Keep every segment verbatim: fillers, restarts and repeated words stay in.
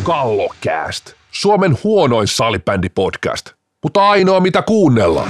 Kallokääst. Suomen huonoin salibändipodcast, mutta ainoa mitä kuunnellaan.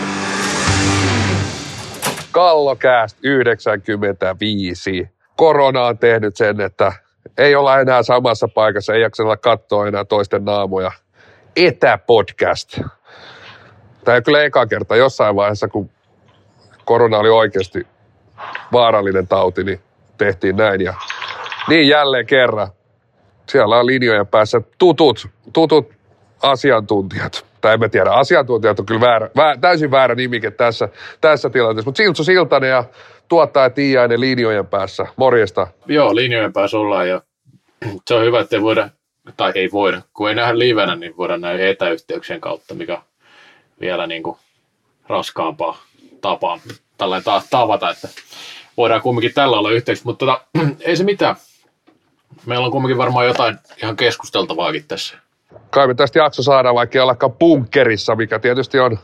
Kallokääst yhdeksänkymmentäviisi. Korona on tehnyt sen, että ei olla enää samassa paikassa, ei jaksella katsoa enää toisten naamoja. Etäpodcast. Tämä ei kyllä eka kerta jossain vaiheessa, kun korona oli oikeasti vaarallinen tauti, niin tehtiin näin. Ja niin jälleen kerran. Siellä on linjojen päässä tutut, tutut asiantuntijat. Tai en mä tiedä, asiantuntijat on kyllä väärä, väärä, täysin väärä nimike tässä, tässä tilanteessa. Mutta Siltsu Siltanen ja tuottaja Tiiainen linjojen päässä. Morjesta. Joo, linjojen päässä ollaan ja se on hyvä, että ei voida, tai ei voida, kun ei nähdä livenä, niin voidaan nähdä etäyhteyksien kautta, mikä on vielä niin kuin raskaampaa tapaa tällainen ta- tavata, että voidaan kumminkin tällä olla yhteyksissä, mutta tota, ei se mitään. Meillä on kumminkin varmaan jotain ihan keskusteltavaakin tässä. Kai me tästä jakso saadaan, vaikka ei ollakaan bunkkerissa, mikä tietysti on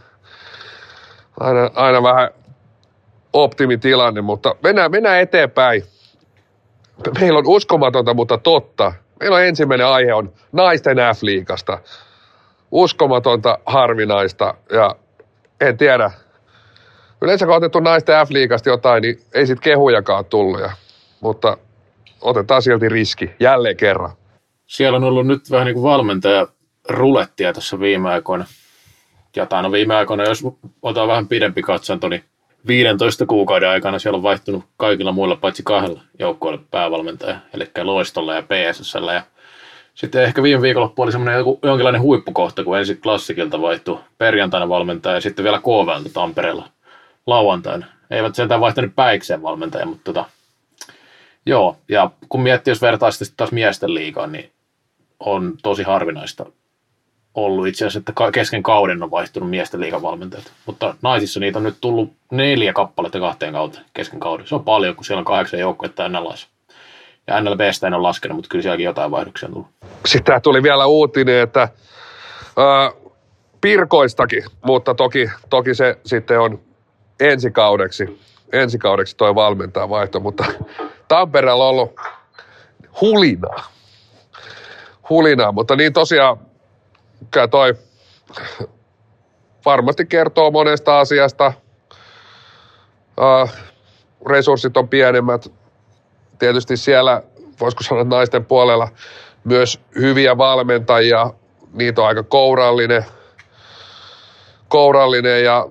aina, aina vähän optimitilanne, mutta mennään, mennään eteenpäin. Meillä on uskomatonta, mutta totta. Meillä on ensimmäinen aihe on naisten F-liigasta. Uskomatonta, harvinaista ja en tiedä. Yleensä kun on otettu naisten F-liigasta jotain, niin ei sit kehujakaan tullut. Ja, mutta otetaan silti riski jälleen kerran. Siellä on ollut nyt vähän niin kuin valmentaja rulettia tässä viime aikoina. Ja tai no viime aikoina, jos otetaan vähän pidempi katsanto, niin viidentoista kuukauden aikana siellä on vaihtunut kaikilla muilla paitsi kahdella joukkueella päävalmentaja, eli Loistolla ja P S S:llä. Ja sitten ehkä viime viikonloppu oli semmoinen jonkinlainen huippukohta, kun ensin Klassikilta vaihtui perjantaina valmentaja ja sitten vielä K V:ltä Tampereella lauantaina. Eivät sentään vaihtanut Päikseen valmentaja, mutta tota, joo. Ja kun miettii, jos vertaa sitten taas miesten liigaan, niin on tosi harvinaista ollut itse asiassa, että kesken kauden on vaihtunut miesten liigan valmentajat. Mutta naisissa niitä on nyt tullut neljä kappaletta kahteen kauteen kesken kauden. Se on paljon, kun siellä on kahdeksan joukkuetta N L A:ssa. Ja N L B:stä en ole laskenut, mutta kyllä sielläkin jotain vaihdoksia on tullut. Sitten tuli vielä uutinen, että ää, Pirkoistakin, mutta toki, toki se sitten on ensikaudeksi, ensikaudeksi toi valmentaja vaihto, mutta Tampereella on ollut hulinaa. Hulinaa, mutta niin tosiaan toi varmasti kertoo monesta asiasta. Ää, resurssit on pienemmät. Tietysti siellä, voisiko sanoa naisten puolella, myös hyviä valmentajia. Niitä on aika kourallinen, kourallinen ja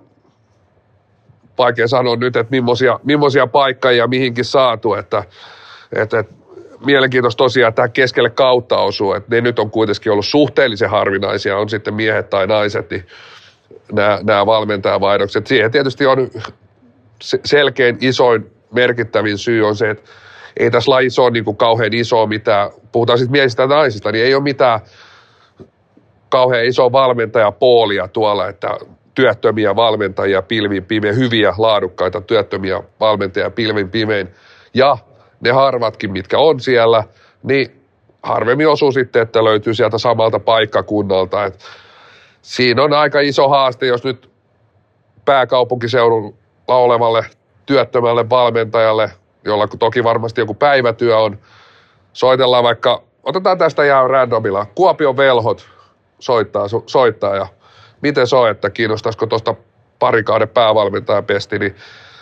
vaikea sanoa nyt, että millaisia, millaisia paikkoja mihinkin saatu. Että, että, että mielenkiintoista tosiaan tämä keskelle kautta osuu, että ne nyt on kuitenkin ollut suhteellisen harvinaisia, on sitten miehet tai naiset, niin nämä, nämä valmentajavaihdokset. Siihen tietysti on selkein isoin merkittävin syy on se, että ei tässä lajissa ole niin kuin kauhean isoa mitään, puhutaan sitten miehistä ja naisista, niin ei ole mitään kauhean isoa valmentajapoolia tuolla, että työttömiä valmentajia pilvin pimein, hyviä laadukkaita työttömiä valmentajia pilvin pimein ja ne harvatkin, mitkä on siellä, niin harvemmin osuu sitten, että löytyy sieltä samalta paikkakunnalta. Et siinä on aika iso haaste, jos nyt pääkaupunkiseudulla olevalle työttömälle valmentajalle, jolla toki varmasti joku päivätyö on, soitellaan vaikka, otetaan tästä ihan randomilla, Kuopion Velhot soittaa, soittaa ja miten se on, että kiinnostaisiko tuosta parikauden päävalmentajan pesti, niin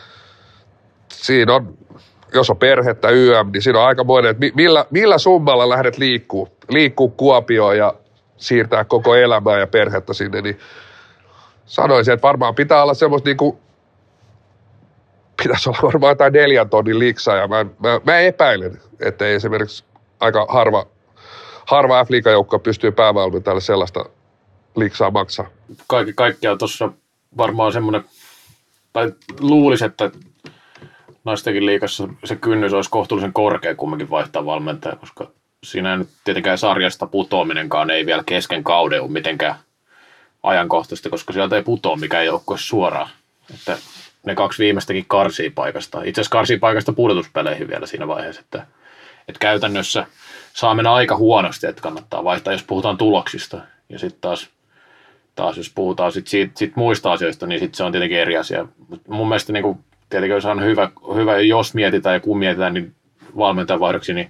siinä on, jos on perhettä Y M, niin siinä on aikamoinen, että millä, millä summalla lähdet liikkuu, liikkuu Kuopioon ja siirtää koko elämää ja perhettä sinne, niin sanoisin, että varmaan pitää olla semmoista niin kuin, pitäisi olla varmaan jotain neljän tonnin liksaa, ja mä, mä, mä epäilen, että ei esimerkiksi aika harva, harva F-liigajoukko pystyy päävalmentajalle sellaista liksaa maksaa. Kaikki, kaikkiaan tuossa varmaan semmoinen, tai luulisi, että naistenkin liigassa se kynnys olisi kohtuullisen korkea kumminkin vaihtaa valmentaja, koska siinä ei nyt tietenkään sarjasta putoaminenkaan ei vielä kesken kauden ole mitenkään ajankohtaista, koska sieltä ei putoa mikään joukkue suoraan. Että ne kaksi viimeistäkin karsii paikasta. Itse asiassa karsii paikasta pudotuspeleihin vielä siinä vaiheessa, että, että käytännössä saa mennä aika huonosti, että kannattaa vaihtaa, jos puhutaan tuloksista. Ja sitten taas, taas jos puhutaan sit siitä, sit muista asioista, niin sitten se on tietenkin eri asia. Mut mun mielestä niin kuin, tietenkin olisi aina hyvä, hyvä, jos mietitään ja kun mietitään, niin valmentajan vaihdoksi, niin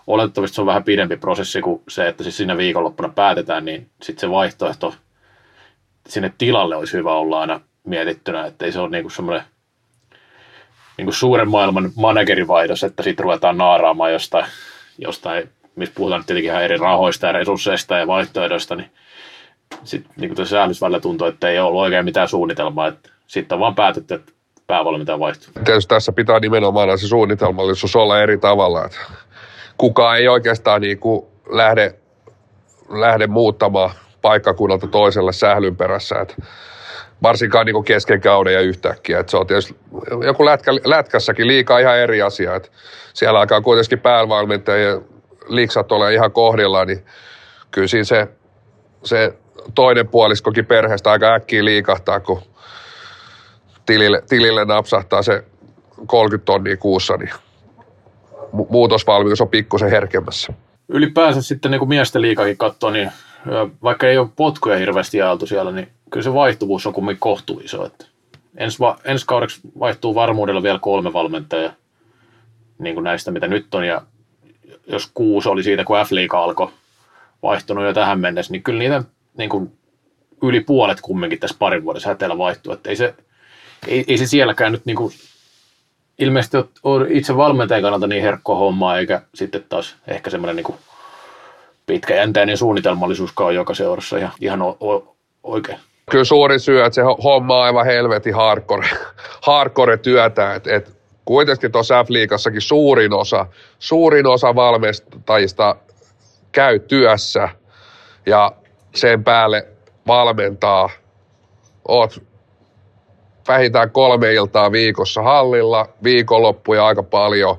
oletettavasti se on vähän pidempi prosessi kuin se, että siis siinä viikonloppuna päätetään, niin sitten se vaihtoehto sinne tilalle olisi hyvä olla aina mietittynä, että ei se ole niinku semmoinen niinku suuren maailman managerivaihdos, että sitten ruvetaan naaraamaan jostain, jostain, missä puhutaan nyt tietenkin ihan eri rahoista ja resursseista ja vaihtoehdoista, niin sitten niin kuin tässä säännössä välillä tuntuu, että ei ole ollut oikein mitään suunnitelmaa, että sitten on vaan päätetty, että päävalmentaja vaihtuu. Tietysti tässä pitää nimenomaan se suunnitelmallisuus olla eri tavalla, että kukaan ei oikeastaan niin kuin lähde, lähde muuttamaan paikkakunnalta toiselle sählyn perässä, että varsinkaan niin kuin kesken kauden ja yhtäkkiä, että se on tietysti joku lätkä, lätkässäkin liikaa ihan eri asia, että siellä alkaa kuitenkin päävalmentajien liksat ole ihan kohdillaan, niin kyllä siinä se, se toinen puoliskokin perheestä aika äkkiä liikahtaa, kun tilille, tilille napsahtaa se kolmekymmentä tonnia kuussa, niin muutosvalmius on pikkusen herkemmässä. Ylipäänsä sitten niin kuin miesten liikakin katsoo, niin vaikka ei ole potkuja hirveästi jaeltu siellä, niin kyllä se vaihtuvuus on kumminkin kohtuu iso. Että ensi, va- ensi kaudeksi vaihtuu varmuudella vielä kolme valmentajaa niin kuin näistä, mitä nyt on. Ja jos kuusi oli siitä, kun F-liiga alkoi vaihtunut jo tähän mennessä, niin kyllä niitä niin kuin yli puolet kumminkin tässä parin vuoden säteellä vaihtuu. Että ei se, ei, ei se sielläkään nyt niin kuin ilmeisesti ole itse valmentajan kannalta niin herkkoa hommaa, eikä sitten taas ehkä semmoinen niin kuin pitkäjänteinen suunnitelmallisuuskaan on joka seurassa ihan, ihan o- o- oikein. Kyllä suuri syy, että se homma on aivan helvetin hardcore, hardcore työtä, että et kuitenkin tuossa F-liigassakin suurin osa, suurin osa valmentajista käy työssä ja sen päälle valmentaa. Oot vähintään kolme iltaa viikossa hallilla, viikonloppuja aika paljon,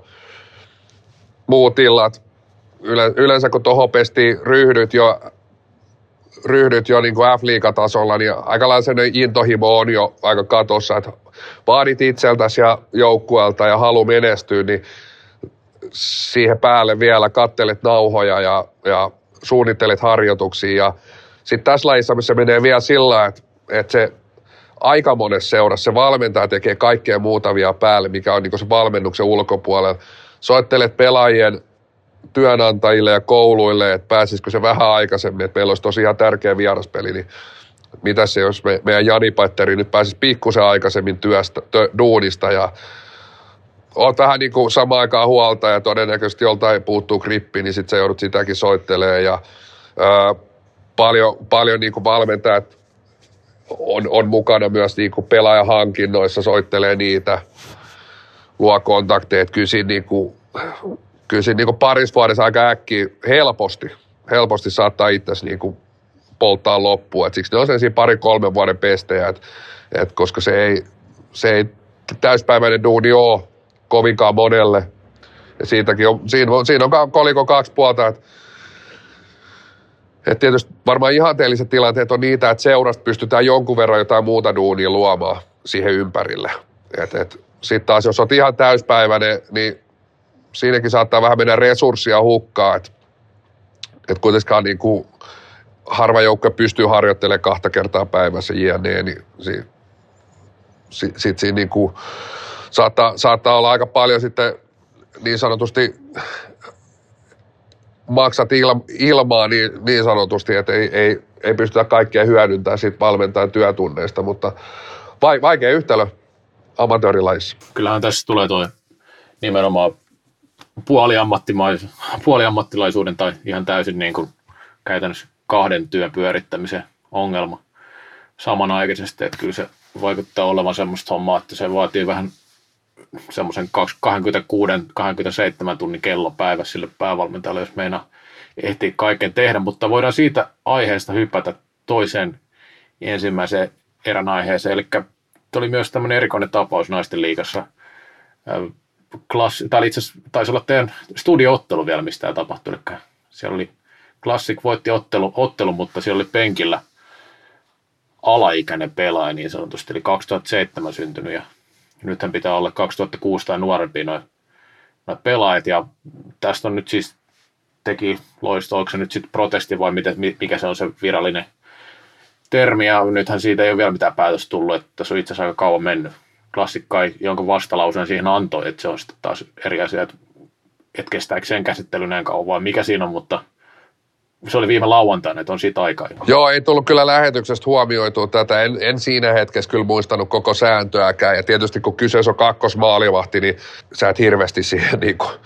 muut illat. Yleensä kun tuohon pestiin ryhdyt jo, ryhdyt jo niin kuin F-liigatasolla, niin aika lailla sellainen intohimo on jo aika katossa, että vaadit itseltäsi ja joukkueelta ja halu menestyä, niin siihen päälle vielä kattelet nauhoja ja, ja suunnittelet harjoituksia. Ja sitten tässä lajissa, missä menee vielä sillä, että, että se aika monessa seurassa se valmentaja tekee kaikkea muuta vielä päälle, mikä on niin kuin se valmennuksen ulkopuolella. Soittelet pelaajien työnantajille ja kouluille, että pääsisikö se vähän aikaisemmin, että meillä olisi tosi ihan tärkeä vieraspeli, niin mitä se, jos me, meidän Jani-patteri nyt pääsisi pikkusen aikaisemmin työstä, tö, duunista ja oot vähän niin kuin samaan aikaan huolta ja todennäköisesti joltain puuttuu grippi, niin sitten sä joudut sitäkin soittelemaan ja ää, paljon, paljon niin kuin valmentajat on, on mukana myös niin kuin pelaajahankinnoissa, soittelee niitä, luo kontakteja, että kyllä siinä niin kuin Kyllä siinä niin parissa vuodessa aika äkkiä helposti, helposti saattaa itsesi niin polttaa loppuun. Et siksi ne on sellaisia pari-kolmen vuoden pestejä, et, et koska se ei, se ei täyspäiväinen duuni ole kovinkaan monelle. Ja siitäkin on, siinä, on, siinä on kolikon kaksi puolta. Et, et tietysti varmaan ihanteelliset tilanteet on niitä, että seurasta pystytään jonkun verran jotain muuta duunia luomaan siihen ympärille. Sitten taas jos olet ihan täyspäiväinen, niin siinäkin saattaa vähän mennä resurssia hukkaan, että et kuitenkaan niin kuin harva joukko pystyy harjoittelemaan kahta kertaa päivässä jne, niin si, si, sit siinä niin kuin saattaa, saattaa olla aika paljon sitten niin sanotusti maksat il, ilmaa niin, niin sanotusti, että ei, ei, ei pystytä kaikkea hyödyntämään siitä valmentajan työtunneista, mutta vaikea yhtälö amatöörilajissa. Kyllähän tässä tulee tuo nimenomaan puoliammattilaisuuden tai ihan täysin niin kuin käytännössä kahden työn pyörittämisen ongelma samanaikaisesti, että kyllä se vaikuttaa olevan semmoista hommaa, että se vaatii vähän semmoisen kaksikymmentäkuusi kaksikymmentäseitsemän tunnin kello päivässä sille päävalmentajalle, jos meinaa ehtii kaiken tehdä, mutta voidaan siitä aiheesta hypätä toiseen ensimmäiseen erän aiheeseen, eli oli myös tämmöinen erikoinen tapaus naisten liigassa. Klassi, tämä oli itse asiassa, taisi olla teidän studio-ottelu vielä, mistä tämä tapahtui. Siellä oli Classic voitti ottelu, ottelu, mutta siellä oli penkillä alaikäinen pelaaja niin sanotusti, eli kaksituhattaseitsemän syntynyt, ja nythän pitää olla kaksituhattakuusi tai nuorempia noin noi pelaajat, ja tästä on nyt siis teki loisto, onko se nyt sitten protesti vai miten, mikä se on se virallinen termi, ja nythän siitä ei ole vielä mitään päätöstä tullut, että tässä on itse asiassa aika kauan mennyt. Classic kai jonkun vastalauseen siihen antoi, että se on sitten taas eri asia, että että kestääkö sen käsittely näin kauan vai mikä siinä on, mutta se oli viime lauantaina, että on siitä aikaa. Joo, ei tullut kyllä lähetyksestä huomioitua tätä. En, en siinä hetkessä kyllä muistanut koko sääntöäkään. Ja tietysti kun kyseessä on kakkosmaalivahti, niin sä et hirveästi siihen niin kuin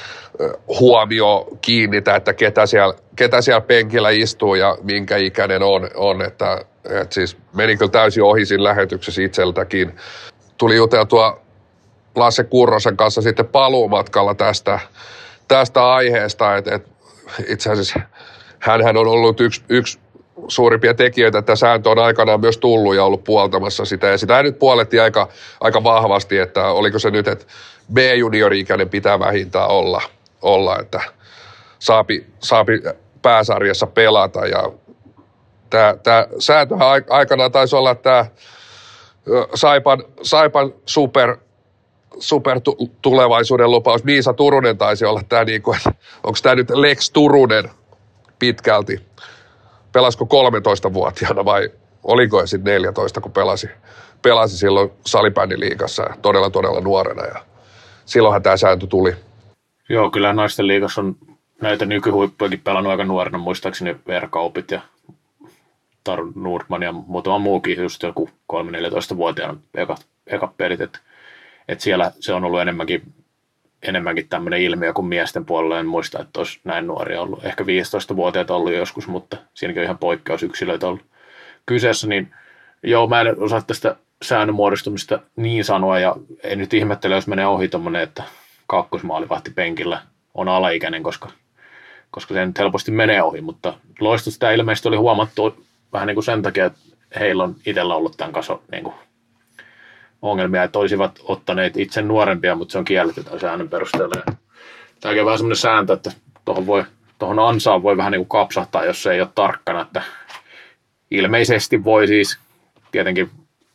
huomio kiinnitä, että ketä siellä, ketä siellä penkillä istuu ja minkä ikäinen on. on että, että siis meni kyllä täysin ohi siinä lähetyksessä itseltäkin. Tuli juteltua Lasse Kurrosen kanssa sitten paluumatkalla tästä, tästä aiheesta, että, että itse asiassa hänhän on ollut yksi, yksi suurimpia tekijöitä, että sääntö on aikanaan myös tullut ja ollut puoltamassa sitä. Ja sitä nyt puolettiin aika, aika vahvasti, että oliko se nyt, että B-juniori-ikäinen pitää vähintään olla, olla että saapi, saapi pääsarjassa pelata. Ja tämä, tämä sääntöhän aikanaan taisi olla tämä Saipan, Saipan super, super tulevaisuuden lupaus. Miisa Turunen taisi olla tämä, niin kuin, että onko tämä nyt Lex Turunen pitkälti. Pelasko kolmetoistavuotiaana vai oliko jo sitten neljätoista, kun pelasi, pelasi silloin salibändiliigassa todella todella nuorena ja silloinhan tämä sääntö tuli. Joo, kyllä naisten liigassa on näitä nykyhuippujakin pelannut aika nuorena, muistaakseni Verkaupit ja Taru Nordman ja muutama muukin just joku kolme-neljätoistavuotiaana ekat, ekat pelit, että et siellä se on ollut enemmänkin enemmänkin tämmöinen ilmiö kuin miesten puolella. En muista, että olisi näin nuoria ollut. Ehkä viisitoistavuotiaita ollut joskus, mutta siinäkin on ihan poikkeusyksilöitä ollut kyseessä. Niin joo, mä en osaa tästä säännön muodostumista niin sanoa, ja ei nyt ihmettele, jos menee ohi tommoinen, että kakkosmaalivahti penkillä on alaikäinen, koska, koska se nyt helposti menee ohi, mutta loistosta sitä ilmeisesti oli huomattu vähän niin kuin sen takia, että heillä on itsellä ollut tämän kanssa niin kuin ongelmia, että olisivat ottaneet itse nuorempia, mutta se on kielletty tämän säännön perusteella. Tämäkin on vähän semmoinen sääntö, että tuohon, voi, tuohon ansaan voi vähän niin kuin kapsahtaa, jos se ei ole tarkkana. Että ilmeisesti voi siis, tietenkin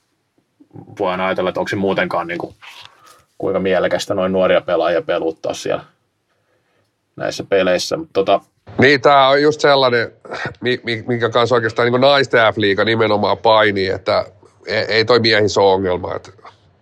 voi aina ajatella, että onko se muutenkaan niin kuin, kuinka mielekästä noin nuoria pelaajia peluttaa siellä näissä peleissä. Mutta tota, niin, tämä on just sellainen, minkä kanssa oikeastaan niin kuin naisten F-liiga nimenomaan painii, että ei toi miehissä ole ongelma, että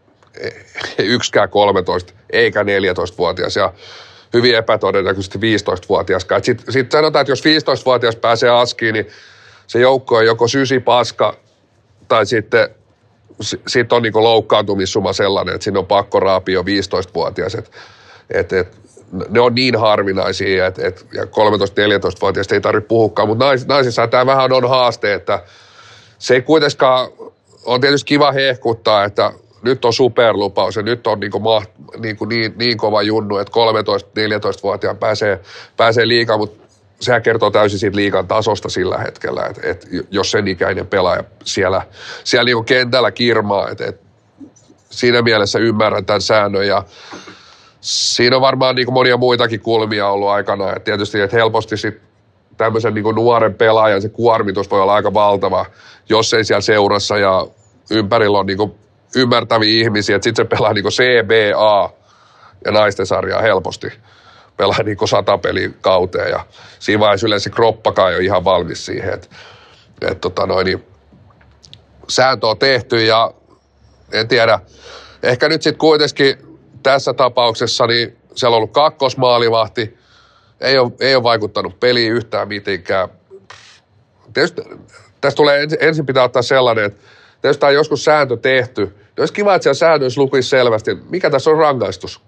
ei yksikään kolmetoista eikä neljätoistavuotias ja hyvin epätodennäköisesti viisitoistavuotiaskaan. Sitten sit sanotaan, että jos viisitoistavuotias pääsee askiin, niin se joukko on joko sysi paska tai sitten sit on niinku loukkaantumissuma sellainen, että siinä on pakko raapia viisitoistavuotias. Et, et, et, ne on niin harvinaisia, että et, ja kolmetoista-neljätoistavuotiaista ei tarvitse puhukaan, mutta nais, naisissa tämä vähän on haaste, että se ei kuitenkaan, on tietysti kiva hehkuttaa, että nyt on superlupaus ja nyt on niinku maht, niinku niin, niin kova junnu, että kolmetoista-neljätoistavuotiaan pääsee, pääsee liigaan, mutta sehän kertoo täysin siitä liigan tasosta sillä hetkellä, että, että jos sen ikäinen pelaaja siellä, siellä niinku kentällä kirmaa, että, että siinä mielessä ymmärrän tämän säännön ja siinä on varmaan niinku monia muitakin kulmia ollut aikana, että tietysti että helposti sit tämmöisen niinku nuoren pelaajan se kuormitus voi olla aika valtava, jos ei siellä seurassa ja ympärillä on niinku ymmärtäviä ihmisiä, että sitten se pelaa niinku C B A ja naisten sarjaa helposti. Pelaa niinku sata peliä kauteen ja siinä vaiheessa yleensä kroppakaan ei ole ihan valmis siihen, että et tota noin, niin sääntö on tehty ja en tiedä, ehkä nyt sitten kuitenkin tässä tapauksessa niin siellä on ollut kakkosmaalivahti, ei ole, ei ole vaikuttanut peliin yhtään mitenkään. Tietysti tässä tulee ensin, ensin pitää ottaa sellainen, että jos tämä on joskus sääntö tehty, niin olisi kiva, että siellä säännöissä lukisi selvästi, mikä tässä on rangaistus.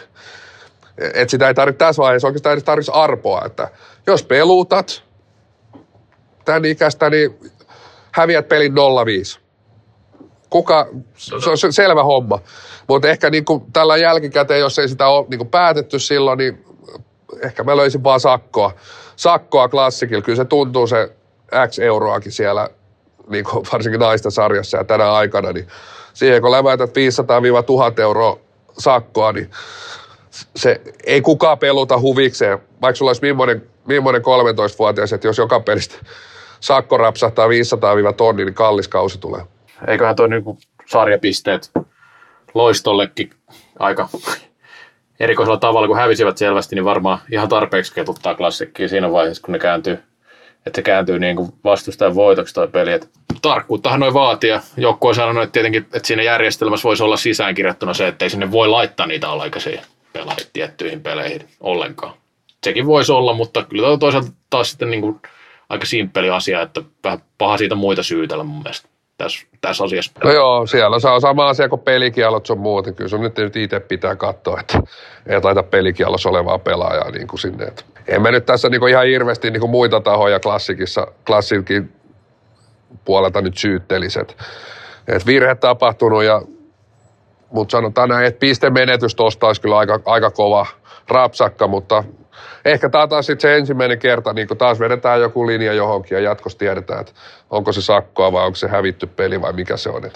Että sitä ei tarvitse tässä vaiheessa oikeastaan edes tarvitsisi arpoa, että jos pelutat tämän ikäistä, niin häviät pelin nolla viisi. Kuka, se on selvä homma. Mutta ehkä niin kuin tällä jälkikäteen, jos ei sitä ole niin kuin päätetty silloin, niin ehkä mä löysin vaan sakkoa. Sakkoa klassikilla. Kyllä se tuntuu se X euroakin siellä, niin kuin varsinkin naisten sarjassa ja tänä aikana, niin siihen kun läväytät viisisataa tuhatta euroa sakkoa, niin se ei kukaan peluta huvikseen. Vaikka sulla olisi millainen, millainen kolmetoistavuotias, että jos joka pelistä sakko rapsahtaa viisisataa tonni, niin kallis kausi tulee. Eiköhän toi niinku sarjapisteet Loistollekin aika erikoisella tavalla, kun hävisivät selvästi, niin varmaan ihan tarpeeksi ketuttaa klassikkiin siinä vaiheessa, kun ne kääntyy, että se kääntyy niin kuin vastustajan voitoksi toi peli. Et tarkkuuttahan noi vaatii, ja joku on sanonut, että tietenkin, että siinä järjestelmässä voisi olla sisäänkirjattuna se, että ei sinne voi laittaa niitä alaikäisiä pelaajat tiettyihin peleihin ollenkaan. Sekin voisi olla, mutta kyllä toisaalta taas sitten niin kuin aika simppeli asia, että vähän paha siitä muita syytellä mun mielestä tässä, tässä asiassa. No joo, siellä on sama asia kuin pelikielot sun muuten. Kyllä sun nyt, nyt itse pitää katsoa, että ei laita pelikielossa olevaa pelaajaa niin kuin sinne. Että en mä nyt tässä niin kuin ihan hirveästi niin kuin muita tahoja klassikissa, klassikin puolelta nyt syytteliset. Että virhe tapahtunut, ja, mutta sanotaan näin, että pistemenetys tosta olisi kyllä aika, aika kova rapsakka, mutta ehkä tämä taas sitten se ensimmäinen kerta, niin kun taas vedetään joku linja johonkin ja jatkossa tiedetään, että onko se sakkoa vai onko se hävitty peli vai mikä se on. Että.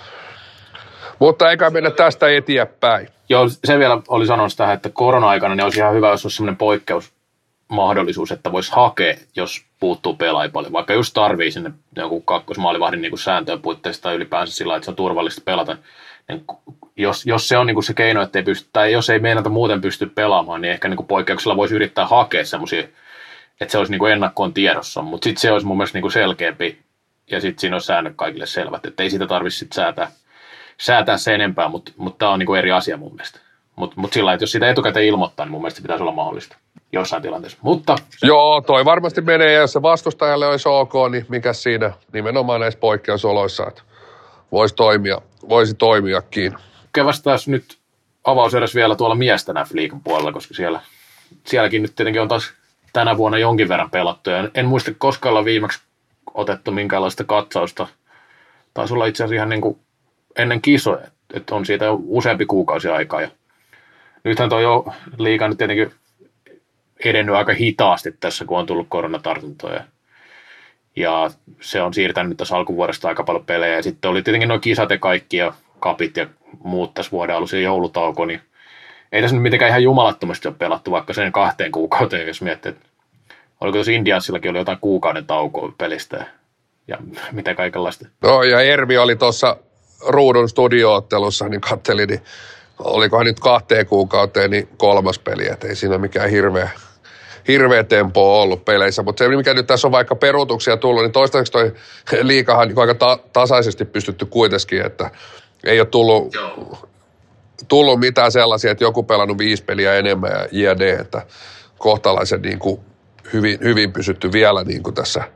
Mutta eikä mennä tästä eteenpäin. Joo, se vielä oli sanonut tähän, että korona-aikana niin olisi ihan hyvä, jos olisi sellainen poikkeusmahdollisuus, että voisi hakea, jos puuttuu pelaajia paljon. Vaikka just tarvii sinne joku kakkosmaalivahdin niin sääntöön puitteista tai ylipäänsä sillä, että se on turvallista pelata. Niin jos, jos se on niin kuin se keino, että ei pysty, tai jos ei meinata muuten pysty pelaamaan, niin ehkä niin kuin poikkeuksella voisi yrittää hakea semmoisia, että se olisi niin kuin ennakkoon tiedossa. Mutta sitten se olisi mun mielestä niin kuin selkeämpi, ja sitten siinä olisi säännöt kaikille selvät, että ei siitä tarvitse sitten säätää, säätää se enempää, mutta mut tämä on niin kuin eri asia mun mielestä. Mutta mut sillä, että jos sitä etukäteen ilmoittaa, niin mun mielestä se pitäisi olla mahdollista jossain tilanteessa. Mutta joo, toi varmasti menee, ja jos se vastustajalle olisi ok, niin mikä siinä nimenomaan näissä poikkeusoloissa, että voisi toimia, voisi toimiakin. Kevästään nyt avauseräs vielä tuolla miesten F-liigan puolella, koska siellä, sielläkin nyt tietenkin on taas tänä vuonna jonkin verran pelattu. Ja en muista koskaan olla viimeksi otettu minkäänlaista katsausta. Taisi olla itse asiassa ihan niin kuin ennen kisoja, että on siitä jo useampi kuukausi aikaa. Ja nythän tuo jo liiga nyt tietenkin edennyt aika hitaasti tässä, kun on tullut koronatartuntoja. Ja se on siirtänyt nyt tässä alkuvuodesta aika paljon pelejä. Ja sitten oli tietenkin nuo kisat ja kaikki ja kapit ja muut tässä vuoden alussa joulutauko, niin ei tässä nyt mitenkään ihan jumalattomasti ole pelattu, vaikka sen kahteen kuukauteen, jos miettii, että oliko tuossa Indiansillakin oli jotain kuukauden taukoa pelistä ja, ja mitä kaikenlaista. No ja Ervi oli tuossa Ruudun studio-ottelussa, niin katselin, niin olikohan nyt kahteen kuukauteen niin kolmas peli, että ei siinä mikään hirveä, hirveä tempo ollut peleissä, mutta se mikä nyt tässä on vaikka peruutuksia tullut, niin toistaiseksi toi liigahan niin aika ta- tasaisesti pystytty kuitenkin, että ei ole tullut, tullut mitään sellaisia, että joku pelannut viisi peliä enemmän ja jne, että kohtalaisen niin kuin hyvin, hyvin pysytty vielä niin kuin tässä.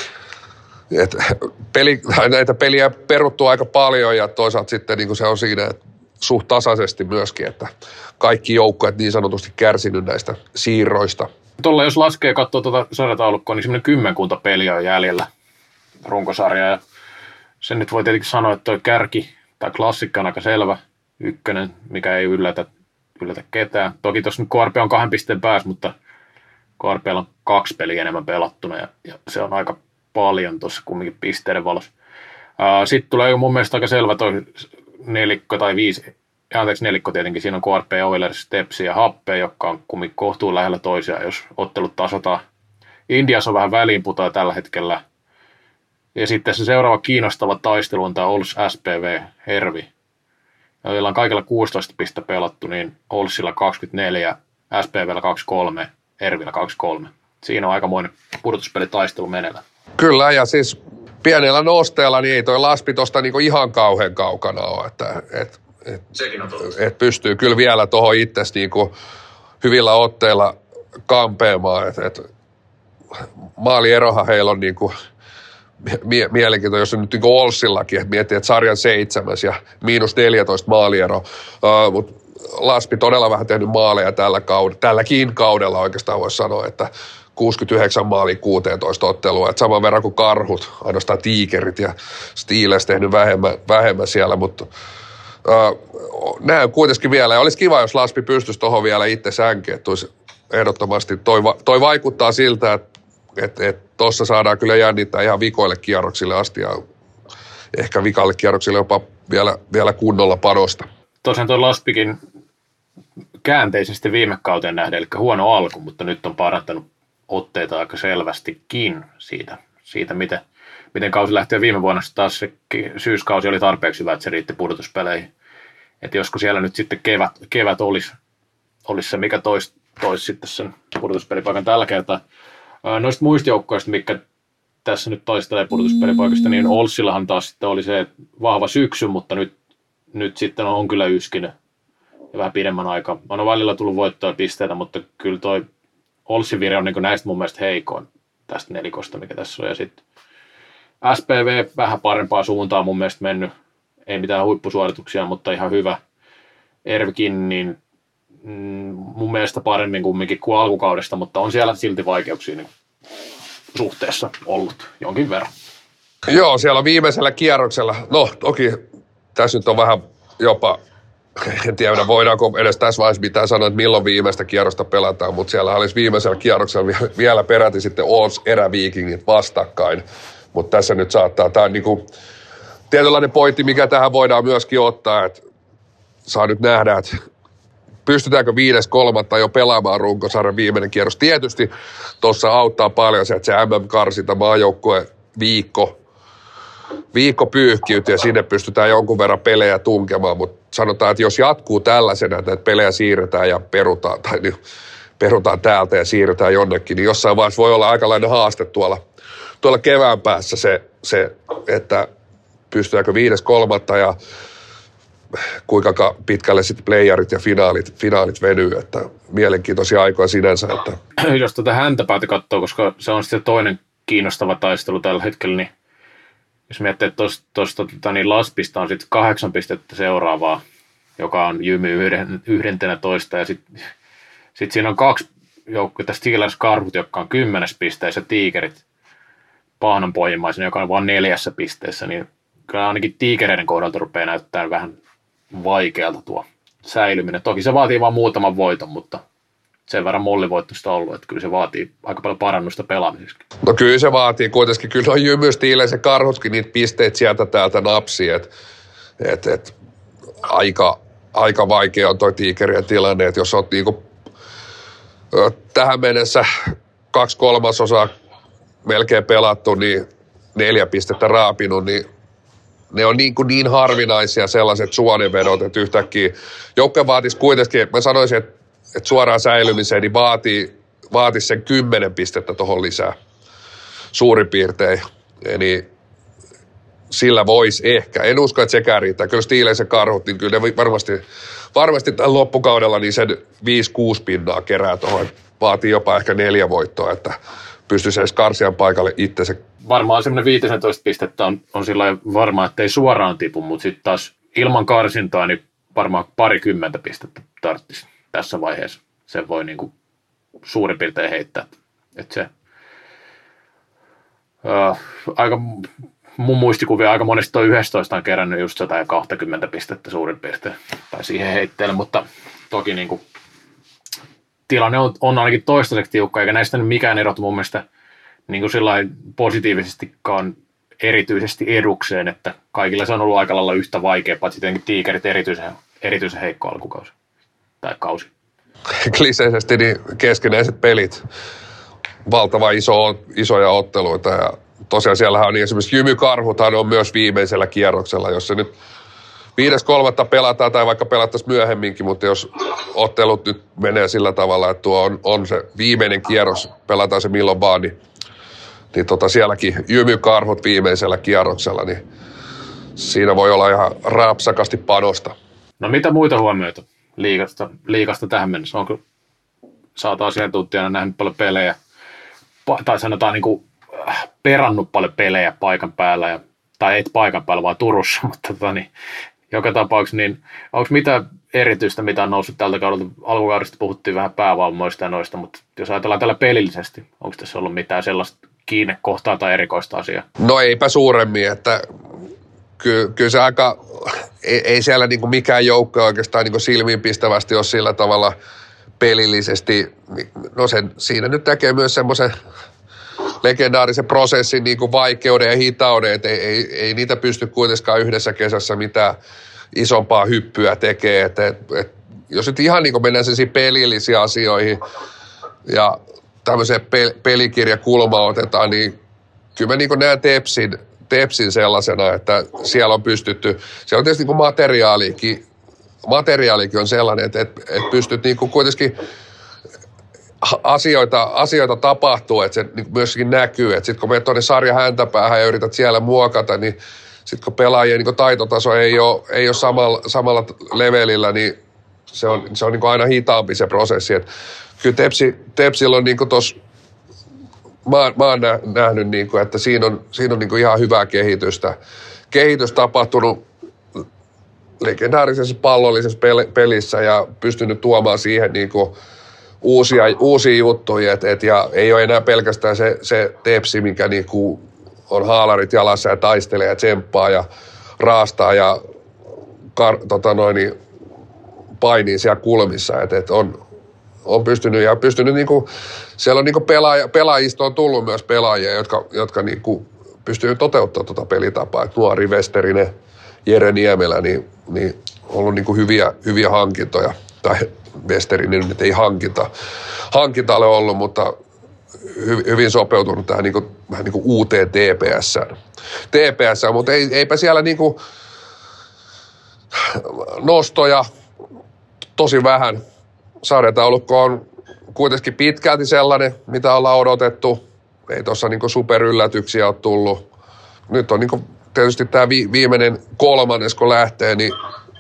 Et peli, näitä peliä peruttuu aika paljon ja toisaalta sitten niin kuin se on siinä, että suht tasaisesti myöskin, että kaikki joukkueet niin sanotusti kärsinyt näistä siirroista. Tuolla jos laskee ja katsoo tuota sarjataulukkoa, niin semmoinen kymmenkunta peliä on jäljellä runkosarjaa. Ja sen nyt voi tietenkin sanoa, että tuo kärki tai klassikka on aika selvä ykkönen, mikä ei yllätä, yllätä ketään. Toki tuossa nyt K R P on kahden pisteen päässä, mutta K R P:llä on kaksi peliä enemmän pelattuna ja, ja se on aika paljon tuossa kumminkin pisteiden valossa. Sitten tulee mun mielestä aika selvä toi nelikko tai viisi, anteeksi nelikko tietenkin, siinä on K R P, Oilers, Stepsi ja Happe, jotka on kumminkin kohtuun lähellä toisiaan, jos ottelut tasataan. Indiassa on vähän väliinputoa tällä hetkellä. Ja sitten se seuraava kiinnostava taistelu on tämä Ols S P V Hervi. Joilla on kaikilla kuusitoista pistä pelattu, niin Olsilla kaksikymmentäneljä, S P V:llä kaksikymmentäkolme, Hervillä kaksikymmentäkolme. Siinä on aikamoinen pudotuspelitaistelu meneillään. Kyllä, ja siis pienellä nosteella niin ei toi laspi tuosta niinku ihan kauhean kaukana ole, että et, et, et pystyy kyllä vielä tuohon itsesi niinku hyvillä otteilla kampeamaan. Et, et, maalierohan heillä on niinku mie- mielenkiintoinen, jos on nyt niinku Olssillakin, että miettii, että sarjan seitsemäs ja miinus neljätoista maaliero, uh, mutta Laspi todella vähän tehnyt maaleja tällä kaudella, tälläkin kaudella oikeastaan voisi sanoa, että kuusikymmentäyhdeksän maalia kuusitoista ottelua, että saman verran kuin Karhut, ainoastaan Tiikerit ja Steelers tehnyt vähemmän, vähemmän siellä, mutta uh, näen kuitenkin vielä, ja olisi kiva, jos Laspi pystyisi tuohon vielä itse sänkeä, että ehdottomasti toi, toi vaikuttaa siltä, että että et tuossa saadaan kyllä jännittää ihan vikoille kierroksille asti ja ehkä vikalle kierroksille jopa vielä, vielä kunnolla panosta. Tosiaan tuo Laspikin käänteisesti viime kauteen nähden, eli huono alku, mutta nyt on parantanut otteita aika selvästikin siitä, siitä miten, miten kausi lähtee viime vuonna. Taas se syyskausi oli tarpeeksi hyvä, että se riitti pudotuspeleihin. Että josko siellä nyt sitten kevät, kevät olisi, olisi se, mikä toisi tois sitten sen pudotuspelipaikan tällä kertaa. Noista muista joukkoista, mikä tässä nyt taistelee pudotuspelipaikasta, niin Olssillahan taas sitten oli se vahva syksy, mutta nyt, nyt sitten on kyllä yskinyt, ja vähän pidemmän aikaa. On välillä tullut voittoja pisteitä, mutta kyllä toi Olssin vire on niin näistä mun mielestä heikoin tästä nelikosta, mikä tässä on. Ja sitten S P V vähän parempaa suuntaan mun mielestä mennyt. Ei mitään huippusuorituksia, mutta ihan hyvä. Ervikin, niin mm, mun mielestä paremmin kumminkin kuin alkukaudesta, mutta on siellä silti vaikeuksia niin suhteessa ollut jonkin verran. Joo, siellä on viimeisellä kierroksella, no toki tässä nyt on vähän jopa, en tiedä voidaanko edes tässä vaiheessa mitään sanoa, että milloin viimeistä kierrosta pelataan, mutta siellä olisi viimeisellä kierroksella vielä peräti sitten Ols eräviikingit vastakkain, mutta tässä nyt saattaa, tämä on niin kuin tietynlainen pointti, mikä tähän voidaan myöskin ottaa, että saa nyt nähdä, että pystytäänkö viides kolmatta jo pelaamaan runkosarjan viimeinen kierros. Tietysti tuossa auttaa paljon se, että se M M-karsinta maajoukkue viikko, viikko pyyhkiytyy ja sinne pystytään jonkun verran pelejä tunkemaan, mutta sanotaan, että jos jatkuu tällaisena, että näitä pelejä siirretään ja perutaan, tai niin, perutaan täältä ja siirretään jonnekin, niin jossain vaiheessa voi olla aikalainen haaste tuolla, tuolla kevään päässä se, se että pystytäänkö viides kolmatta ja kuinka pitkälle sitten playerit ja finaalit, finaalit venyy, että mielenkiintoisia aikoja sinänsä. Että. Jos tätä häntäpäätä katsoo, koska se on sitten toinen kiinnostava taistelu tällä hetkellä, niin jos miettii, että tuosta tota, niin Laspista on sitten kahdeksan pistettä seuraavaa, joka on Jymy yhden, yhdentenä toista, ja sitten sit siinä on kaksi joukkuetta, Steelers Karhut, jotka on kymmenes pisteessä, ja Tiikerit pahnanpohjimmaisena, joka on vain neljässä pisteessä, niin kyllä ainakin Tiikereiden kohdalta rupeaa näyttämään vähän vaikealta tuo säilyminen. Toki se vaatii vain muutaman voiton, mutta sen verran mollivoittosta on ollut, että kyllä se vaatii aika paljon parannusta pelaamisessa. No kyllä se vaatii kuitenkin. Kyllä on Jymystiileen se Karhutkin niitä pisteitä sieltä täältä napsii, että et, et, aika, aika vaikea on toi Tiikerien tilanne, että jos olet niinku, tähän mennessä kaksi kolmasosaa melkein pelattu, niin neljä pistettä raapinut, niin ne on niin, kuin niin harvinaisia sellaiset suonenvedot, että yhtäkkiä joukkue vaatisi kuitenkin, mä sanoisin, että, että suoraan säilymiseen, niin vaatii, vaatisi sen kymmenen pistettä tuohon lisää suurin piirtein. Eli sillä voisi ehkä. En usko, että sekään riittää. Kyllä Steelers ja Karhut, niin kyllä ne varmasti, varmasti tämän loppukaudella niin sen viisi kuusi pinnaa kerää tuohon. Vaatii jopa ehkä neljä voittoa, että pystyisi edes karsian paikalle itsensä. Varmaan semmoinen viisitoista pistettä on, on sillä varmaan, että ei suoraan tipu, mutta sitten taas ilman karsintaa niin varmaan parikymmentä pistettä tarvitsisi tässä vaiheessa. Se voi niinku suurin piirtein heittää. Että se, ää, aika, mun muistikuvia aika monesti tuo yksitoista on kerännyt just sata kaksikymmentä pistettä suurin piirtein, tai siihen heitteelle, mutta toki niinku tilanne on, on ainakin toistaiseksi tiukka, eikä näistä mikään erotu mun mielestä niin kuin sillain positiivisestikaan erityisesti edukseen, että kaikilla se on ollut aika lailla yhtä vaikea, paitsi tietenkin Tiikerit erityisen, erityisen heikko alkukausi tai kausi. Kliseisesti niin keskinäiset pelit, valtava iso, isoja otteluita ja tosiaan siellähän on niin esimerkiksi Jymy Karhuthan on myös viimeisellä kierroksella, jos se nyt viides kolmatta pelataan tai vaikka pelattaisiin myöhemminkin, mutta jos ottelut nyt menee sillä tavalla, että tuo on, on se viimeinen kierros, pelataan se milloin vaan, niin, niin tota sielläkin Jymy Karhut viimeisellä kierroksella, niin siinä voi olla ihan rapsakasti panosta. No mitä muita huomioita liigasta, liigasta tähän mennessä? Onko sä oot asiantuntijana nähnyt paljon pelejä, tai sanotaan niin kuin perannut paljon pelejä paikan päällä, ja, tai et paikan päällä, vaan Turussa, mutta tota, niin, joka tapauksessa, niin onko mitä erityistä, mitä on noussut tältä kaudelta? Alkukaudesta puhuttiin vähän päävalmoista ja noista, mutta jos ajatellaan tällä pelillisesti, onko tässä ollut mitään sellaista kiinnekohtaa tai erikoista asiaa? No eipä suuremmin, että ky- kyllä se aika, ei, ei siellä niinku mikään joukko oikeastaan niinku silmiinpistävästi ole sillä tavalla pelillisesti, no sen, siinä nyt tekee myös semmoisen legendaarisen prosessin niin kuin vaikeuden ja hitauden, että ei, ei, ei niitä pysty kuitenkaan yhdessä kesässä mitään isompaa hyppyä tekemään. Et, et, et, jos nyt ihan niin kuin mennään sellaisiin pelillisiin asioihin ja tämmöiseen pel- pelikirjakulmaan otetaan, niin kyllä mä niin kuin näen Tepsin, Tepsin sellaisena, että siellä on pystytty, siellä on tietysti niin kuin materiaalikin, materiaalikin on sellainen, että et, et pystyt niin kuin kuitenkin Asioita, asioita tapahtuu, että se niin myöskin näkyy, että sitten kun menet tuonne sarjan häntäpäähän ja yrität siellä muokata, niin sitten kun pelaajien niin taitotaso ei ole, ei ole samalla, samalla levelillä, niin se on, se on niin kuin aina hitaampi se prosessi. Et kyllä Tepsi, Tepsillä on niin kuin tossa, mä, mä oon nähnyt, niin kuin, että siinä on, siinä on niin kuin ihan hyvää kehitystä. Kehitys tapahtunut legendaarisessa pallollisessa pelissä ja pystynyt tuomaan siihen niin kuin uusia, uusia juttuja. Et, et, ja ei ole enää pelkästään se, se Tepsi, mikä niin kuin on haalarit jalassa ja taistelee ja tsemppaa ja raastaa ja kar, tota noin, niin painii siellä kulmissa. Et, et on, on pystynyt ja pystynyt niinku, siellä on niinku pelaaja, pelaajista on tullut myös pelaajia, jotka, jotka niinku pystyy toteuttamaan tuota pelitapaa. Et nuori Westerinen, Jere Niemelä, niin, niin on ollut niinku hyviä, hyviä hankintoja. Tai Westerinen nyt ei hankinta, hankinta ole ollut, mutta hy, hyvin sopeutunut tähän niinku, vähän niinku uuteen T P S:ään. T P S:ään, mutta ei, eipä siellä niinku nostoja tosi vähän. Sarjataulukko on kuitenkin pitkälti sellainen, mitä ollaan odotettu. Ei tuossa niinku superyllätyksiä ole tullut. Nyt on niinku tietysti tämä vi- viimeinen kolmannes, kun lähtee, niin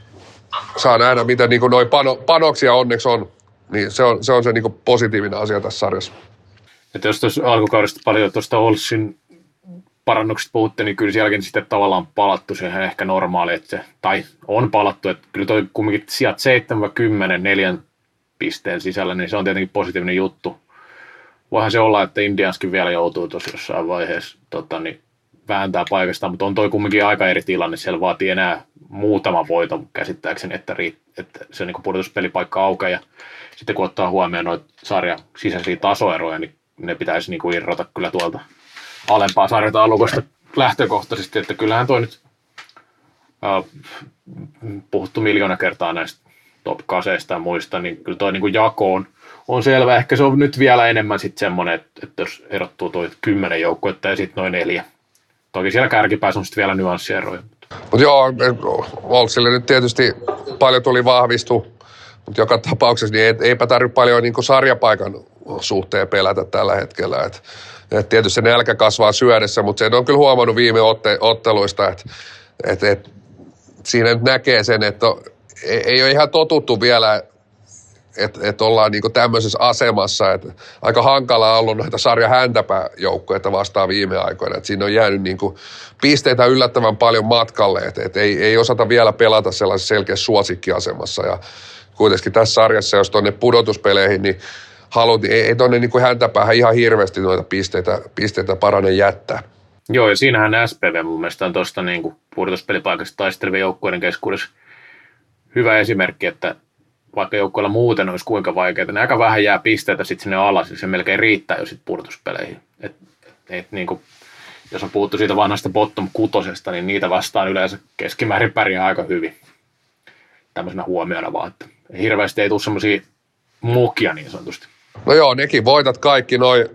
saa nähdä, miten niinku noi pano- panoksia onneksi on. Niin se on se, on se niinku positiivinen asia tässä sarjassa. Että jos tuossa alkukaudesta paljon tuosta Olssin parannuksista puhutte, niin kyllä sielläkin sitten tavallaan palattu siihen ehkä normaali, että se, tai on palattu, että kyllä toi kumminkin sieltä seitsemän kymmenen neljän pisteen sisällä, niin se on tietenkin positiivinen juttu. Voihan se olla, että Indianskin vielä joutuu tuossa jossain vaiheessa tota, niin vääntää paikasta, mutta on toi kumminkin aika eri tilanne, siellä vaatii enää muutama voito käsittääkseni, että, riitt, että se niin pudotuspelipaikka aukeaa, ja sitten kun ottaa huomioon noita sarjan sisäisiä tasoeroja, niin ne pitäisi niin kuin irrota kyllä tuolta alempaa sarjataulukosta lähtökohtaisesti, että kyllähän toi nyt äh, puhuttu miljoona kertaa näistä top kaseista ja muista, niin kyllä toi niin kuin jako on, on selvä. Ehkä se on nyt vielä enemmän sitten semmoinen, että, että jos erottuu toi kymmenen joukkuetta ja sitten noin neljä. Toki siellä kärkipäässä on sitten vielä nyanssieroja. Mutta joo, Olsille nyt tietysti paljon tuli vahvistu, mutta joka tapauksessa niin eipä tarvitse paljon niin kuin sarjapaikan suhteen pelätä tällä hetkellä. Et, et tietysti se nälkä kasvaa syödessä, mutta sen on kyllä huomannut viime otte, otteluista, että et, et, siinä nyt näkee sen, että ei, ei ole ihan totuttu vielä, että et ollaan niinku tämmöisessä asemassa, että aika hankalaa on ollut noita sarja häntäpääjoukkoja vastaan viime aikoina, että siinä on jäänyt niinku pisteitä yllättävän paljon matkalle, että et ei, ei osata vielä pelata sellaisessa selkeässä suosikkiasemassa, ja kuitenkin tässä sarjassa, jos tuonne pudotuspeleihin, niin halutin, ei, ei tuonne niinku häntäpäähän ihan hirveästi noita pisteitä, pisteitä parane jättää. Joo, ja siinähän S P V mun mielestä on tuosta niin pudotuspelipaikasta taistelevien joukkueiden keskuudessa hyvä esimerkki, että vaikka joukkueilla muuten olisi kuinka vaikeaa, niin aika vähän jää pisteitä sitten sinne alas, ja se melkein riittää jo sitten pudotuspeleihin. Et, et, niin kuin, jos on puhuttu siitä vanhasta bottom kutosesta, niin niitä vastaan yleensä keskimäärin pärjää aika hyvin. Tämmöisenä huomiona vaan, että hirveästi ei tule semmoisia mukia niin sanotusti. No joo, nekin voitat kaikki noi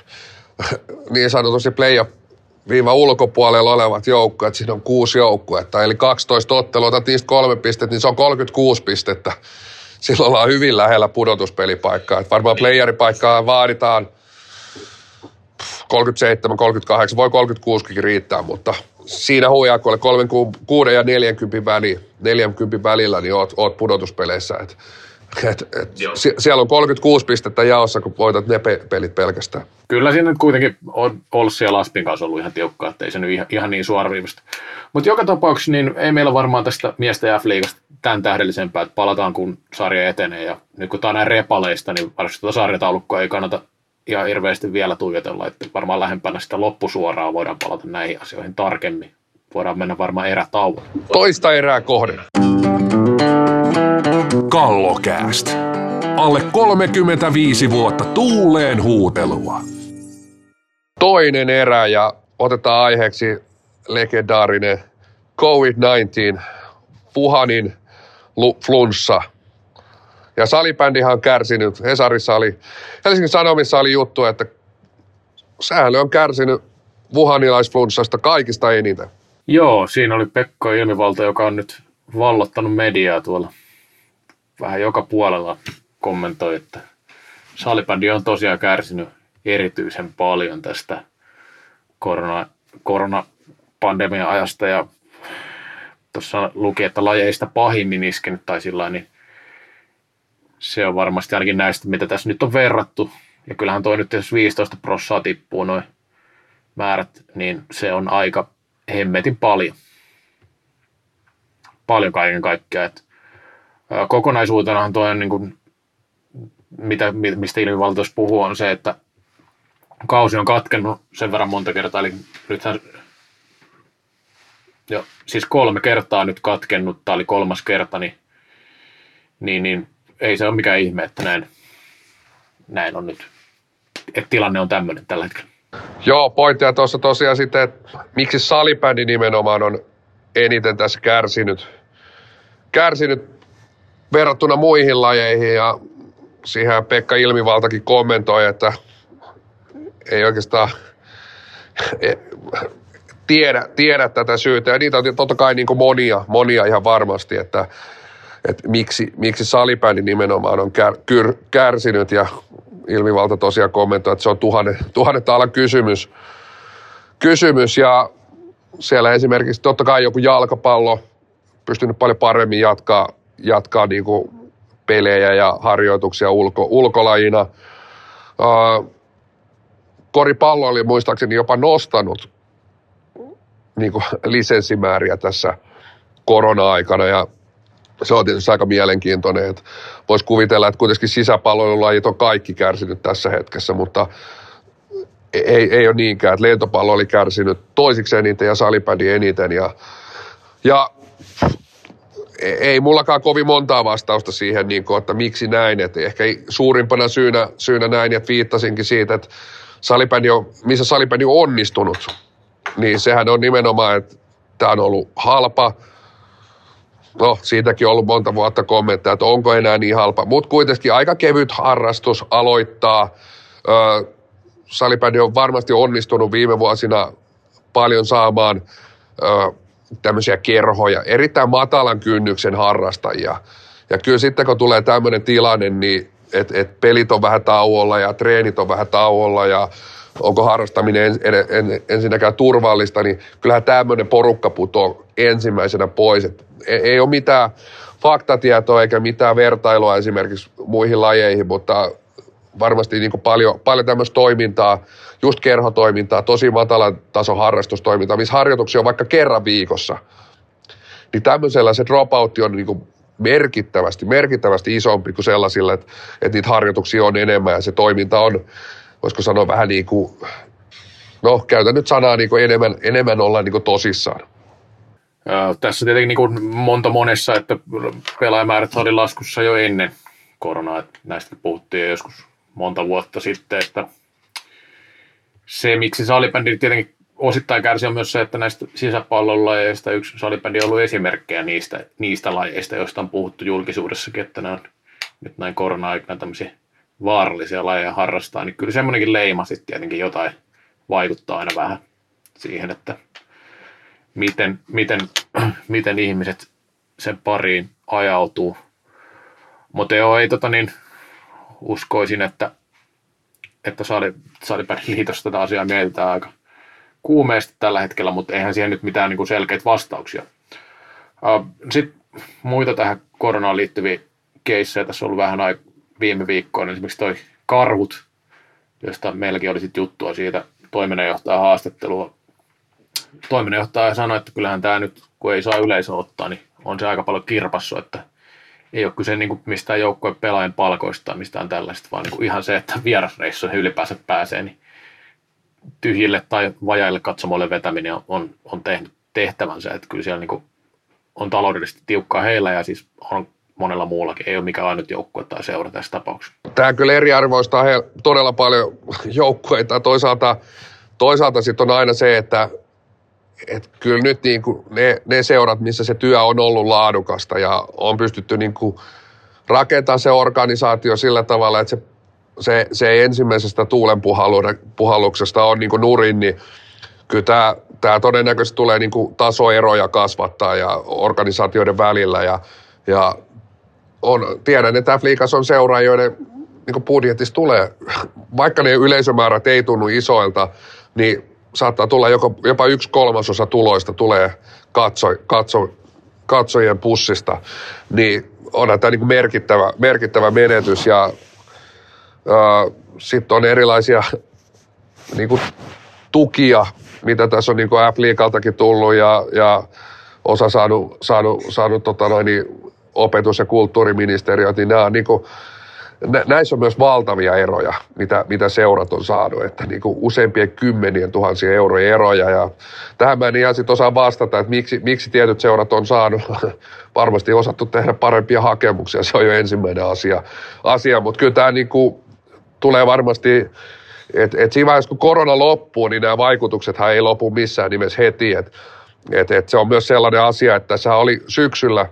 niin sanotusti play-off viiva ulkopuolella olevat joukkueet, siinä on kuusi joukkuetta, eli kaksitoista ottelua, otat niistä kolme pistettä, niin se on kolmekymmentäkuusi pistettä. Silloin ollaan hyvin lähellä pudotuspelipaikkaa. Että varmaan playeripaikkaa vaaditaan kolmekymmentäseitsemän kolmekymmentäkahdeksan, voi kolmekymmentäkuusikin riittää, mutta siinä huijakoille kolmekymmentäkuusi ja neljäkymmentä väliin, neljäkymmentä välillä, niin oot, oot pudotuspeleissä. Et, et, et, siellä on kolmekymmentäkuusi pistettä jaossa, kun voitat ne pe- pelit pelkästään. Kyllä siinä nyt kuitenkin on Olssi ja Laspin kanssa ollut ihan tiukkaa, että ei se nyt ihan, ihan niin suoraviivasta. Mutta joka tapauksessa niin ei meillä varmaan tästä miesten F-liigasta tämän tähdellisempää, että palataan kun sarja etenee. Ja nyt kun tämä on näin repaleista, niin varsinkin tuota sarjataulukkoa ei kannata ihan hirveästi vielä tuijotella, että varmaan lähempänä sitä loppusuoraa voidaan palata näihin asioihin tarkemmin. Voidaan mennä varmaan erätauolle. Toista erää kohden. Kallokääst. Alle kolmekymmentäviisi vuotta tuuleen huutelua. Toinen erä ja otetaan aiheeksi legendaarinen covid yhdeksäntoista, Wuhanin flunssa. Ja salibändihan on kärsinyt. Hesarissa oli, Helsingin Sanomissa oli juttu, että Säälö on kärsinyt wuhanilaisflunssasta kaikista eniten. Joo, siinä oli Pekko Ilmivalta, joka on nyt vallottanut mediaa tuolla vähän joka puolella kommentoi, että salibändi on tosiaan kärsinyt erityisen paljon tästä korona, koronapandemian ajasta ja tuossa luki, että lajeista pahimmin iskenyt tai sillä niin se on varmasti ainakin näistä, mitä tässä nyt on verrattu. Ja kyllähän toi nyt, jos viisitoista prosenttia tippuu noin määrät, niin se on aika hemmetin paljon. Paljon kaiken kaikkiaan. Et, ää, kokonaisuutenahan toi on, niin kuin, mitä, mistä ilmivaltuus puhuu, on se, että kausi on katkennut sen verran monta kertaa. Eli nythän, jo, siis kolme kertaa nyt katkennut, tämä oli kolmas kerta, niin, niin, niin ei se ole mikään ihme, että näin, näin on nyt. Että tilanne on tämmöinen tällä hetkellä. Joo, pointtia tuossa tosiaan sitten, että miksi salibändi nimenomaan on eniten tässä kärsinyt, kärsinyt verrattuna muihin lajeihin, ja siihen Pekka Ilmivaltakin kommentoi, että ei oikeastaan tiedä, tiedä tätä syytä, ja niitä on totta kai niin kuin monia, monia ihan varmasti, että, että miksi, miksi salibändi nimenomaan on kär, kyr, kärsinyt, ja Ilmivalta tosiaan kommentoi, että se on tuhannen, tuhannen taalan kysymys, kysymys, ja siellä esimerkiksi totta kai joku jalkapallo pystynyt paljon paremmin jatkaa, jatkaa niin kuin pelejä ja harjoituksia ulko, ulkolajina. Uh, koripallo oli muistaakseni jopa nostanut niin kuin lisenssimääriä tässä korona-aikana, ja se on tietysti aika mielenkiintoinen, että voisi kuvitella, että kuitenkin sisäpallolajit on kaikki kärsinyt tässä hetkessä, mutta ei, ei ole niinkään, että lentopallo oli kärsinyt toisiksi eniten ja salibändi eniten, ja, ja ei mullakaan kovin montaa vastausta siihen, niin kuin, että miksi näin, että ehkä suurimpana syynä, syynä näin, että viittasinkin siitä, että salibändi on, missä salibändi on onnistunut, niin sehän on nimenomaan, että tämä on ollut halpa. No, siitäkin on ollut monta vuotta kommentteja, että onko enää niin halpa, mutta kuitenkin aika kevyt harrastus aloittaa. Ö, salibändi on varmasti onnistunut viime vuosina paljon saamaan ö, tämmöisiä kerhoja, erittäin matalan kynnyksen harrastajia. Ja kyllä sitten kun tulee tämmöinen tilanne, niin että et pelit on vähän tauolla ja treenit on vähän tauolla ja onko harrastaminen en, en, en, ensinnäkään turvallista, niin kyllähän tämmöinen porukka putoo ensimmäisenä pois. Et ei, ei ole mitään faktatietoa eikä mitään vertailua esimerkiksi muihin lajeihin, mutta varmasti niin kuin paljon, paljon tämmöistä toimintaa, just kerhotoimintaa, tosi matalan tason harrastustoimintaa, missä harjoituksia on vaikka kerran viikossa. Niin tämmöisellä se dropout on niin kuin merkittävästi, merkittävästi isompi kuin sellaisilla, että, että niitä harjoituksia on enemmän ja se toiminta on, voisiko sanoa vähän niin kuin, no käytän nyt sanaa niin kuin enemmän, enemmän olla niin kuin tosissaan. Ja tässä tietenkin niin kuin monta monessa, että pelaajamäärät oli laskussa jo ennen koronaa, että näistä puhuttiin joskus monta vuotta sitten, että se miksi salibändi tietenkin osittain kärsi on myös se, että näistä sisäpallolajeista yksi salibändi on ollut esimerkkejä niistä, niistä lajeista, joista on puhuttu julkisuudessakin, että ne on nyt näin korona-aikana tämmöisiä vaarallisia lajeja harrastaa, niin kyllä semmoinenkin leima sitten tietenkin jotain vaikuttaa aina vähän siihen, että miten, miten, miten ihmiset sen pariin ajautuu. Mutta joo, ei tota niin, uskoisin, että, että salibändiliitossa tätä asiaa mietitään aika kuumeesti tällä hetkellä, mutta eihän siihen nyt mitään niin selkeitä vastauksia. Sitten muita tähän koronaan liittyviä keissejä tässä on ollut vähän aikaa viime viikkoina, esimerkiksi toi karhut, josta meilläkin oli sitten juttua siitä toiminnanjohtajan haastattelua. Toiminnanjohtaja sanoi, että kyllähän tämä nyt, kun ei saa yleisö ottaa, niin on se aika paljon kirpassu, että ei ole kyse niin mistään joukkueen pelaajan palkoista tai mistään tällaista, vaan niin ihan se, että vierasreissuihin ylipäänsä pääsee, niin tyhjille tai vajaille katsomoille vetäminen on, on, on tehnyt tehtävänsä, että kyllä siellä niin on taloudellisesti tiukkaa heillä ja siis on monella muullakin, ei ole mikään ainut joukkue tai seura tässä tapauksessa. Tämä kyllä eriarvoistaa he todella paljon joukkueita. Toisaalta, toisaalta sitten on aina se, että, että kyllä nyt niin kuin ne, ne seurat, missä se työ on ollut laadukasta ja on pystytty niin kuin rakentamaan se organisaatio sillä tavalla, että se, se, se ensimmäisestä tuulenpuhalluksesta on niin kuin nurin, niin kyllä tämä, tämä todennäköisesti tulee niin kuin tasoeroja kasvattaa ja organisaatioiden välillä ja, ja on, tiedän, että F-liigassa on seuraajia, joiden niin budjetissa tulee, vaikka ne yleisömäärät ei tunnu isoilta, niin saattaa tulla joko, jopa yksi kolmasosa tuloista tulee katso, katso, katsojien pussista. Niin onhan tämä niin merkittävä, merkittävä menetys ja äh, sitten on erilaisia niin kuin tukia, mitä tässä on niin kuin F-liigaltakin tullut ja, ja osa saanut, saanut, saanut tota noin, niin opetus- ja kulttuuriministeriöt, niin nämä on niin kuin, nä, näissä on myös valtavia eroja, mitä, mitä seurat on saanut, että niin kuin useampien kymmenien tuhansien eurojen eroja ja tähän mä en ihan sit osaa vastata, että miksi, miksi tietyt seurat on saanut, varmasti osattu tehdä parempia hakemuksia, se on jo ensimmäinen asia, asia. Mutta kyllä tämä niin kuin tulee varmasti, että et siinä vaiheessa kun korona loppuu, niin nämä vaikutuksethan ei lopu missään nimessä heti, että et, et se on myös sellainen asia, että tässä oli syksyllä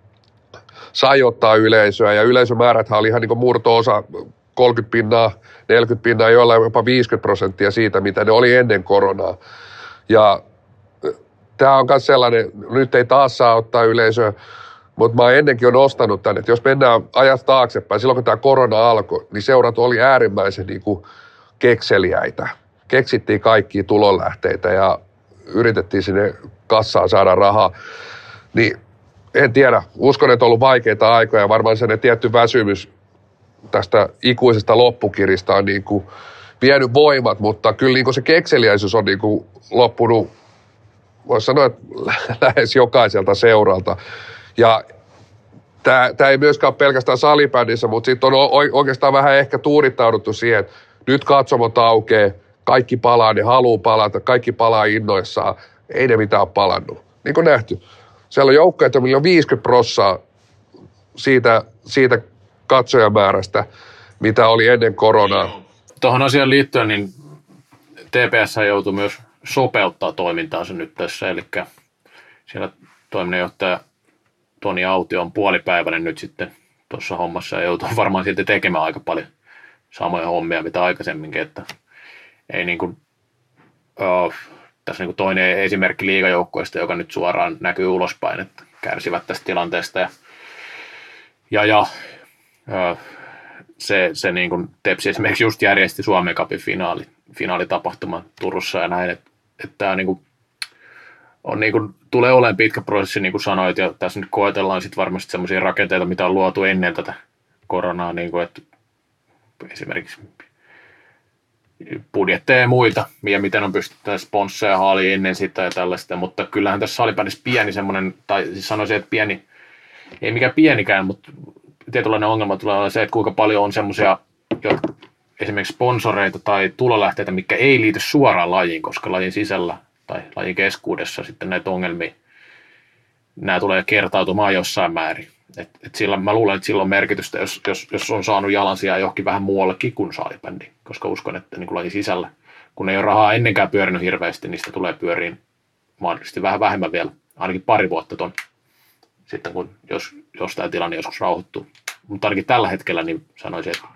sai ottaa yleisöä ja yleisömääräthän oli ihan niin kuin murto-osa, kolmekymmentä pinnaa, neljäkymmentä pinnaa, joillain jopa viisikymmentä prosenttia siitä, mitä ne oli ennen koronaa. Ja tämä on myös sellainen, nyt ei taas saa ottaa yleisöä, mutta mä ennenkin on ostanut tänne, että jos mennään ajasta taaksepäin, silloin kun tämä korona alkoi, niin seurat oli äärimmäisen niin kuin kekseliäitä. Keksittiin kaikkia tulonlähteitä ja yritettiin sinne kassaan saada rahaa. Niin en tiedä, uskon, että on ollut vaikeita aikoja ja varmaan sen tietty väsymys tästä ikuisesta loppukirista on niin kuin vienyt voimat, mutta kyllä niin kuin se kekseliäisyys on niin kuin loppunut, voisi sanoa, että lähes jokaiselta seuralta. Ja tämä ei myöskään ole pelkästään salibändissä, mutta sitten on oikeastaan vähän ehkä tuurittauduttu siihen, että nyt katsomot aukeaa, kaikki palaa, ne haluaa palata, kaikki palaa innoissaan, ei ne mitään ole palannut. Niin kuin nähty. Siellä on joukkoja, millä on viisikymmentä prosenttia siitä, siitä katsojamäärästä, mitä oli ennen koronaa. Tuohon asiaan liittyen, niin T P S joutui myös sopeuttaa toimintaansa nyt tässä, eli siellä toiminnanjohtaja Toni Autio on puolipäiväinen nyt sitten tuossa hommassa ja joutuu varmaan silti tekemään aika paljon samoja hommia, mitä aikaisemminkin, että ei niin kuin, uh, tässä niin kuin toinen esimerkki liigajoukkueesta, joka nyt suoraan näkyy ulospäin, että kärsivät tästä tilanteesta ja, ja, ja uh, se, se niin kuin Tepsi esimerkiksi just järjesti Suomen Cupin finaali, finaalitapahtuman Turussa ja näin, että, että tämä niin kuin on niin kuin, tulee olemaan pitkä prosessi, niin kuin sanoit, ja tässä nyt koetellaan sitten varmasti sellaisia rakenteita, mitä on luotu ennen tätä koronaa, niin kuin, että esimerkiksi budjetteja ja muita, ja miten on pystytty sponsseja haaliin ennen sitä ja tällaista, mutta kyllähän tässä salibändissä pieni semmoinen, tai siis sanoisin, että pieni, ei mikään pienikään, mutta tietynlainen ongelma tulee olla se, että kuinka paljon on semmoisia esimerkiksi sponsoreita tai tulolähteitä, mitkä ei liity suoraan lajiin, koska lajin sisällä tai lajin keskuudessa sitten näitä ongelmia, nämä tulee kertautumaan jossain määrin. Et, et sillä, mä luulen, että sillä on merkitystä, jos, jos, jos on saanut jalansijaa johonkin vähän muuallekin kuin salibändi, koska uskon, että niin kuin lajin sisällä, kun ei ole rahaa ennenkään pyörinyt hirveästi, niin sitä tulee pyöriin mahdollisesti vähän vähemmän vielä, ainakin pari vuotta ton, sitten kun, jos, jos tämä tilanne joskus rauhoittuu. Mutta ainakin tällä hetkellä niin sanoisin, että,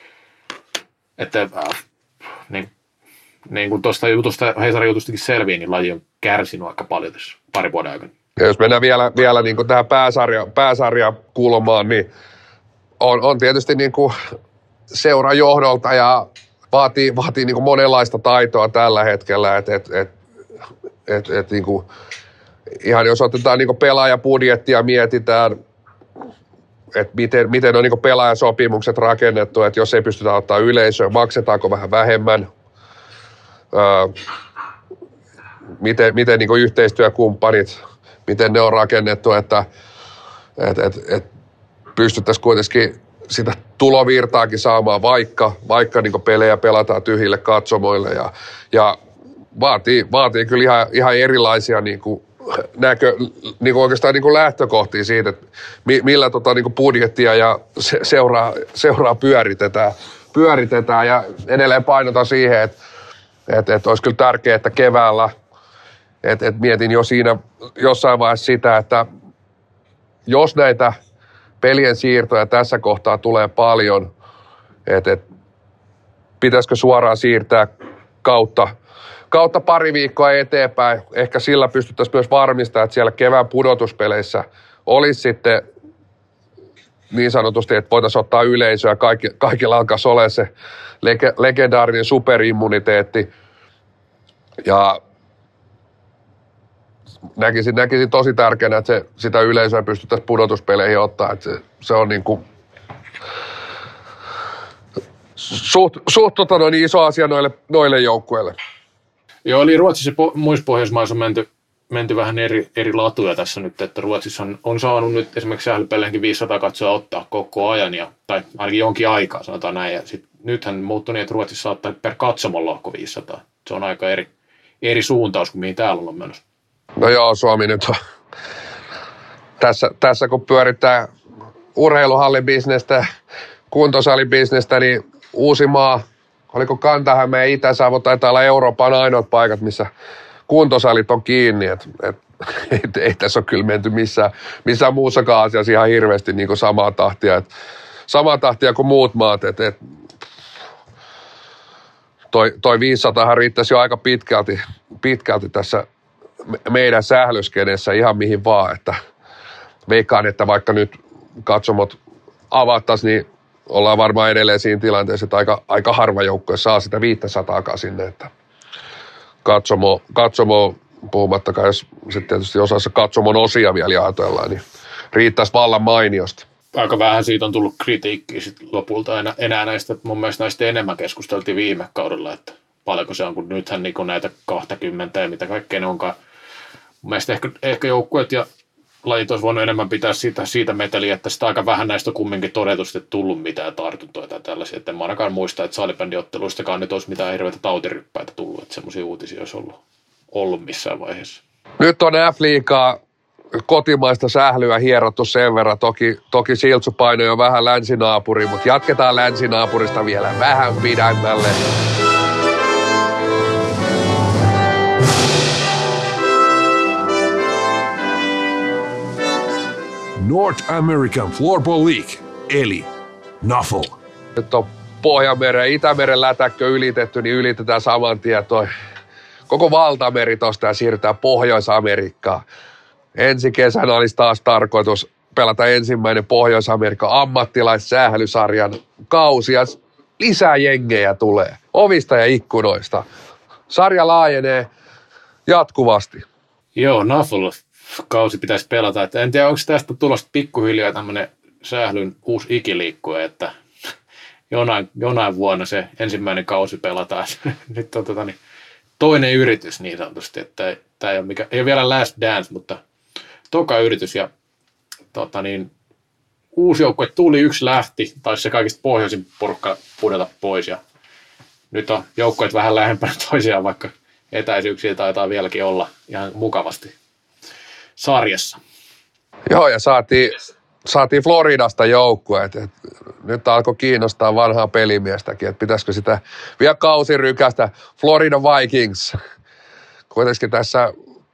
että äh, niin, niin kuin tuosta jutusta, Heisarin jutustakin selviää, niin laji on kärsinyt aika paljon tässä pari vuoden aikana. Ja jos mennään vielä, vielä niin kuin tähän pääsarja, pääsarjakulmaan, niin on, on tietysti niin kuin seuran johdolta ja vaatii, vaatii niin kuin monenlaista taitoa tällä hetkellä. Et, et, et, et, et niin kuin, ihan jos otetaan niin kuin pelaajabudjettia mietitään, että miten, miten on niin kuin pelaajasopimukset rakennettu, että jos ei pystytä ottaa yleisöä, maksetaanko vähän vähemmän. Öö, miten miten niin kuin yhteistyökumppanit, miten ne on rakennettu, että et, et, et pystyttäisiin kuitenkin sitä tulovirtaakin saamaan, vaikka, vaikka niin kuin pelejä pelataan tyhjille katsomoille. Ja, ja vaatii, vaatii kyllä ihan, ihan erilaisia niin kuin näkö, niin kuin oikeastaan niin kuin lähtökohtia siitä, että millä tota, niin kuin budjettia ja se, seuraa, seuraa pyöritetään, pyöritetään. Ja edelleen painotan siihen, että että, että olisi kyllä tärkeää, että keväällä, että, että mietin jo siinä jossain vaiheessa sitä, että jos näitä pelien siirtoja tässä kohtaa tulee paljon, että, että pitäisikö suoraan siirtää kautta, kautta pari viikkoa eteenpäin. Ehkä sillä pystyttäisiin myös varmistamaan, että siellä kevään pudotuspeleissä olisi sitten niin sanotusti, että voitaisiin ottaa yleisöä, kaikki, kaikilla alkaisi olla se lege, legendaarinen superimmuniteetti. Ja näkisin, näkisin tosi tärkeänä, että se, sitä yleisöä pystyttäisiin pudotuspeleihin ottaa. Että se, se on niin kuin suht, suht tota noin iso asia noille, noille joukkueille. Joo, eli Ruotsissa ja po- muissa Pohjoismaissa on menty, menty vähän eri, eri latuja tässä nyt, että Ruotsissa on, on saanut nyt esimerkiksi sählypeleinkin viisisataa katsoa ottaa koko ajan, ja, tai ainakin jonkin aikaa, sanotaan näin. Ja sit, nythän muuttui niin, että Ruotsissa saattaa per katsomon lohko viisisataa. Se on aika eri, eri suuntaus kuin mihin täällä ollaan menossa. No joo, Suomi nyt on. Tässä, tässä kun pyörittää urheiluhallibisnestä, kuntosalibisnestä, niin Uusimaa, oliko Kanta-Hämeen, Itä-Savo, taitaa olla Euroopan ainoat paikat, missä kuntosalit on kiinni. Et, et, et, ei tässä ole kyllä menty missään, missään muussakaan asiassa ihan hirveästi niin kuin samaa tahtia. Et, samaa tahtia kuin muut maat. Et, et, toi, toi viisisataa riittäisi jo aika pitkälti, pitkälti tässä meidän sählyskenessä ihan mihin vaan. Että veikkaan, että vaikka nyt katsomot avattaisiin, niin ollaan varmaan edelleen siinä tilanteessa, että aika, aika harva joukkue saa sitä viisisataa sinne, että katsomo, katsomo puhumattakaan, jos sitten tietysti osassa katsomon osia vielä ajatellaan, niin riittäisi vallan mainiosti. Aika vähän siitä on tullut kritiikkiä sit lopulta enää, enää näistä, että mun mielestä näistä enemmän keskusteltiin viime kaudella, että paljonko se on, kun nythän niin kun näitä kaksikymmentä ja mitä kaikkea ne onkaan. Mun mielestä ehkä, ehkä joukkueet ja lajit olisi voinut enemmän pitää siitä, siitä meteliä, että sitä aika vähän näistä on kumminkin todetusti tullut mitään tartuntoja tai tällaisia. Että en mä ainakaan muista, että salibändiotteluistakaan nyt olisi mitään hirveitä tautiryppäitä tullut, että semmoisia uutisia olisi ollut, ollut missään vaiheessa. Nyt on F-liigaa kotimaista sählyä hierottu sen verran. Toki, toki Siltsu painoi jo vähän länsinaapuriin, mutta jatketaan länsinaapurista vielä vähän pidemmälle. North American Floorball League, eli N A F L. Nyt on Pohjanmeren ja Itämeren lätäkkö ylitetty, niin ylitetään saman tien toi koko valtameri tosta ja siirrytään Pohjois-Amerikkaan. Ensi kesänä olisi taas tarkoitus pelata ensimmäinen Pohjois-Amerikan ammattilaissählysarjan kausi ja lisää jengejä tulee ovista ja ikkunoista. Sarja laajenee jatkuvasti. Joo, N A F L-kausi pitäisi pelata. Että en tiedä, onko tästä tulosta pikkuhiljaa tämmöinen sählyn uusi ikiliikkuja, että jonain, jonain vuonna se ensimmäinen kausi pelataan. Nyt on tota, niin, toinen yritys niin sanotusti, että tämä ei ole, mikä, ei ole vielä last dance, mutta toka yritys ja tota, niin, uusi joukkue tuli, yksi lähti, taisi se kaikista pohjoisin porukka pudota pois ja nyt on joukkueet vähän lähempänä toisiaan, vaikka etäisyyksiä taitaa vieläkin olla ihan mukavasti sarjassa. Joo, ja saatiin, saatiin Floridasta joukkueet. Nyt alkoi kiinnostaa vanhaa pelimiestäkin, että pitäisikö sitä vielä kausi rykästä. Florida Vikings. Kuitenkin tässä,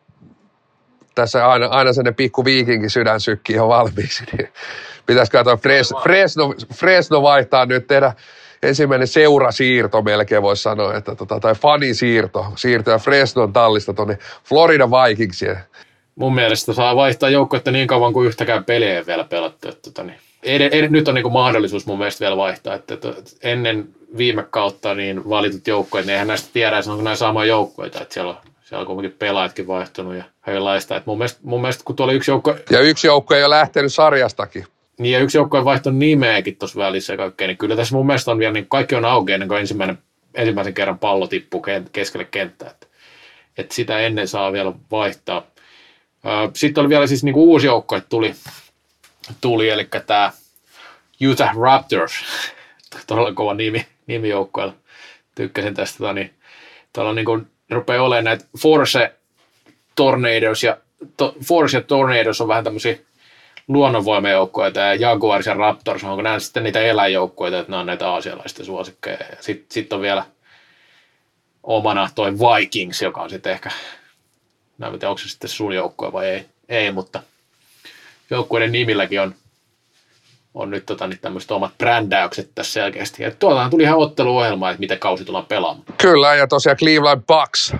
tässä aina, aina sellainen pikku viikinkin sydän sykkii jo valmiiksi. Niin pitäisikö tuo Fres, Fresno, Fresno vaihtaa nyt, tehdä ensimmäinen seurasiirto melkein voisi sanoa, että tota, tai fanisiirto, siirtyä Fresnon tallista tuonne Florida Vikingsiin. Mun mielestä saa vaihtaa joukkuetta niin kauan kuin yhtäkään peliä ei vielä pelattu. Että, tota, niin, ed- ed- nyt on niin kuin mahdollisuus mun mielestä vielä vaihtaa. Että, että ennen viime kautta niin valitut joukkueet, niin eihän näistä tiedä, että onko näin samoja joukkueita. Että siellä on, siellä on kuitenkin pelaajatkin vaihtunut ja kaikenlaista. Että mun mielestä, mun mielestä kun tuolla yksi joukkue... Ja yksi joukkue ei ole lähtenyt sarjastakin. Niin ja yksi joukkue on vaihtanut nimeäkin tuossa välissä ja kaikkea. Niin kyllä tässä mun mielestä on vielä, niin kaikki on auki ennen kuin ensimmäinen, ensimmäisen kerran pallo tippuu keskelle kenttää. Että, että sitä ennen saa vielä vaihtaa. Sitten oli vielä siis niinku uusi joukko, että tuli, tuli eli tämä Utah Raptors, todella kova nimi, nimi joukkoilla. Tykkäsin tästä, niin täällä on niinku, rupeaa olemaan näitä Force Tornadoes, ja to, Force ja Tornadoes on vähän tämmöisiä luonnonvoimajoukkoja, tämä Jaguars ja Raptors, onko nämä sitten niitä eläinjoukkoja, että nämä on näitä aasialaisten suosikkeja. Sitten sit on vielä omana toi Vikings, joka on sitten ehkä... Mä en tiedä, onko se sitten sun joukkue vai ei, ei mutta joukkueiden nimilläkin on, on nyt tota, niin tämmöiset omat brändäykset tässä selkeästi. Ja tuoltahan tuli ihan otteluohjelma, että miten kausi tullaan pelaamaan. Kyllä, ja tosiaan Cleveland Bucks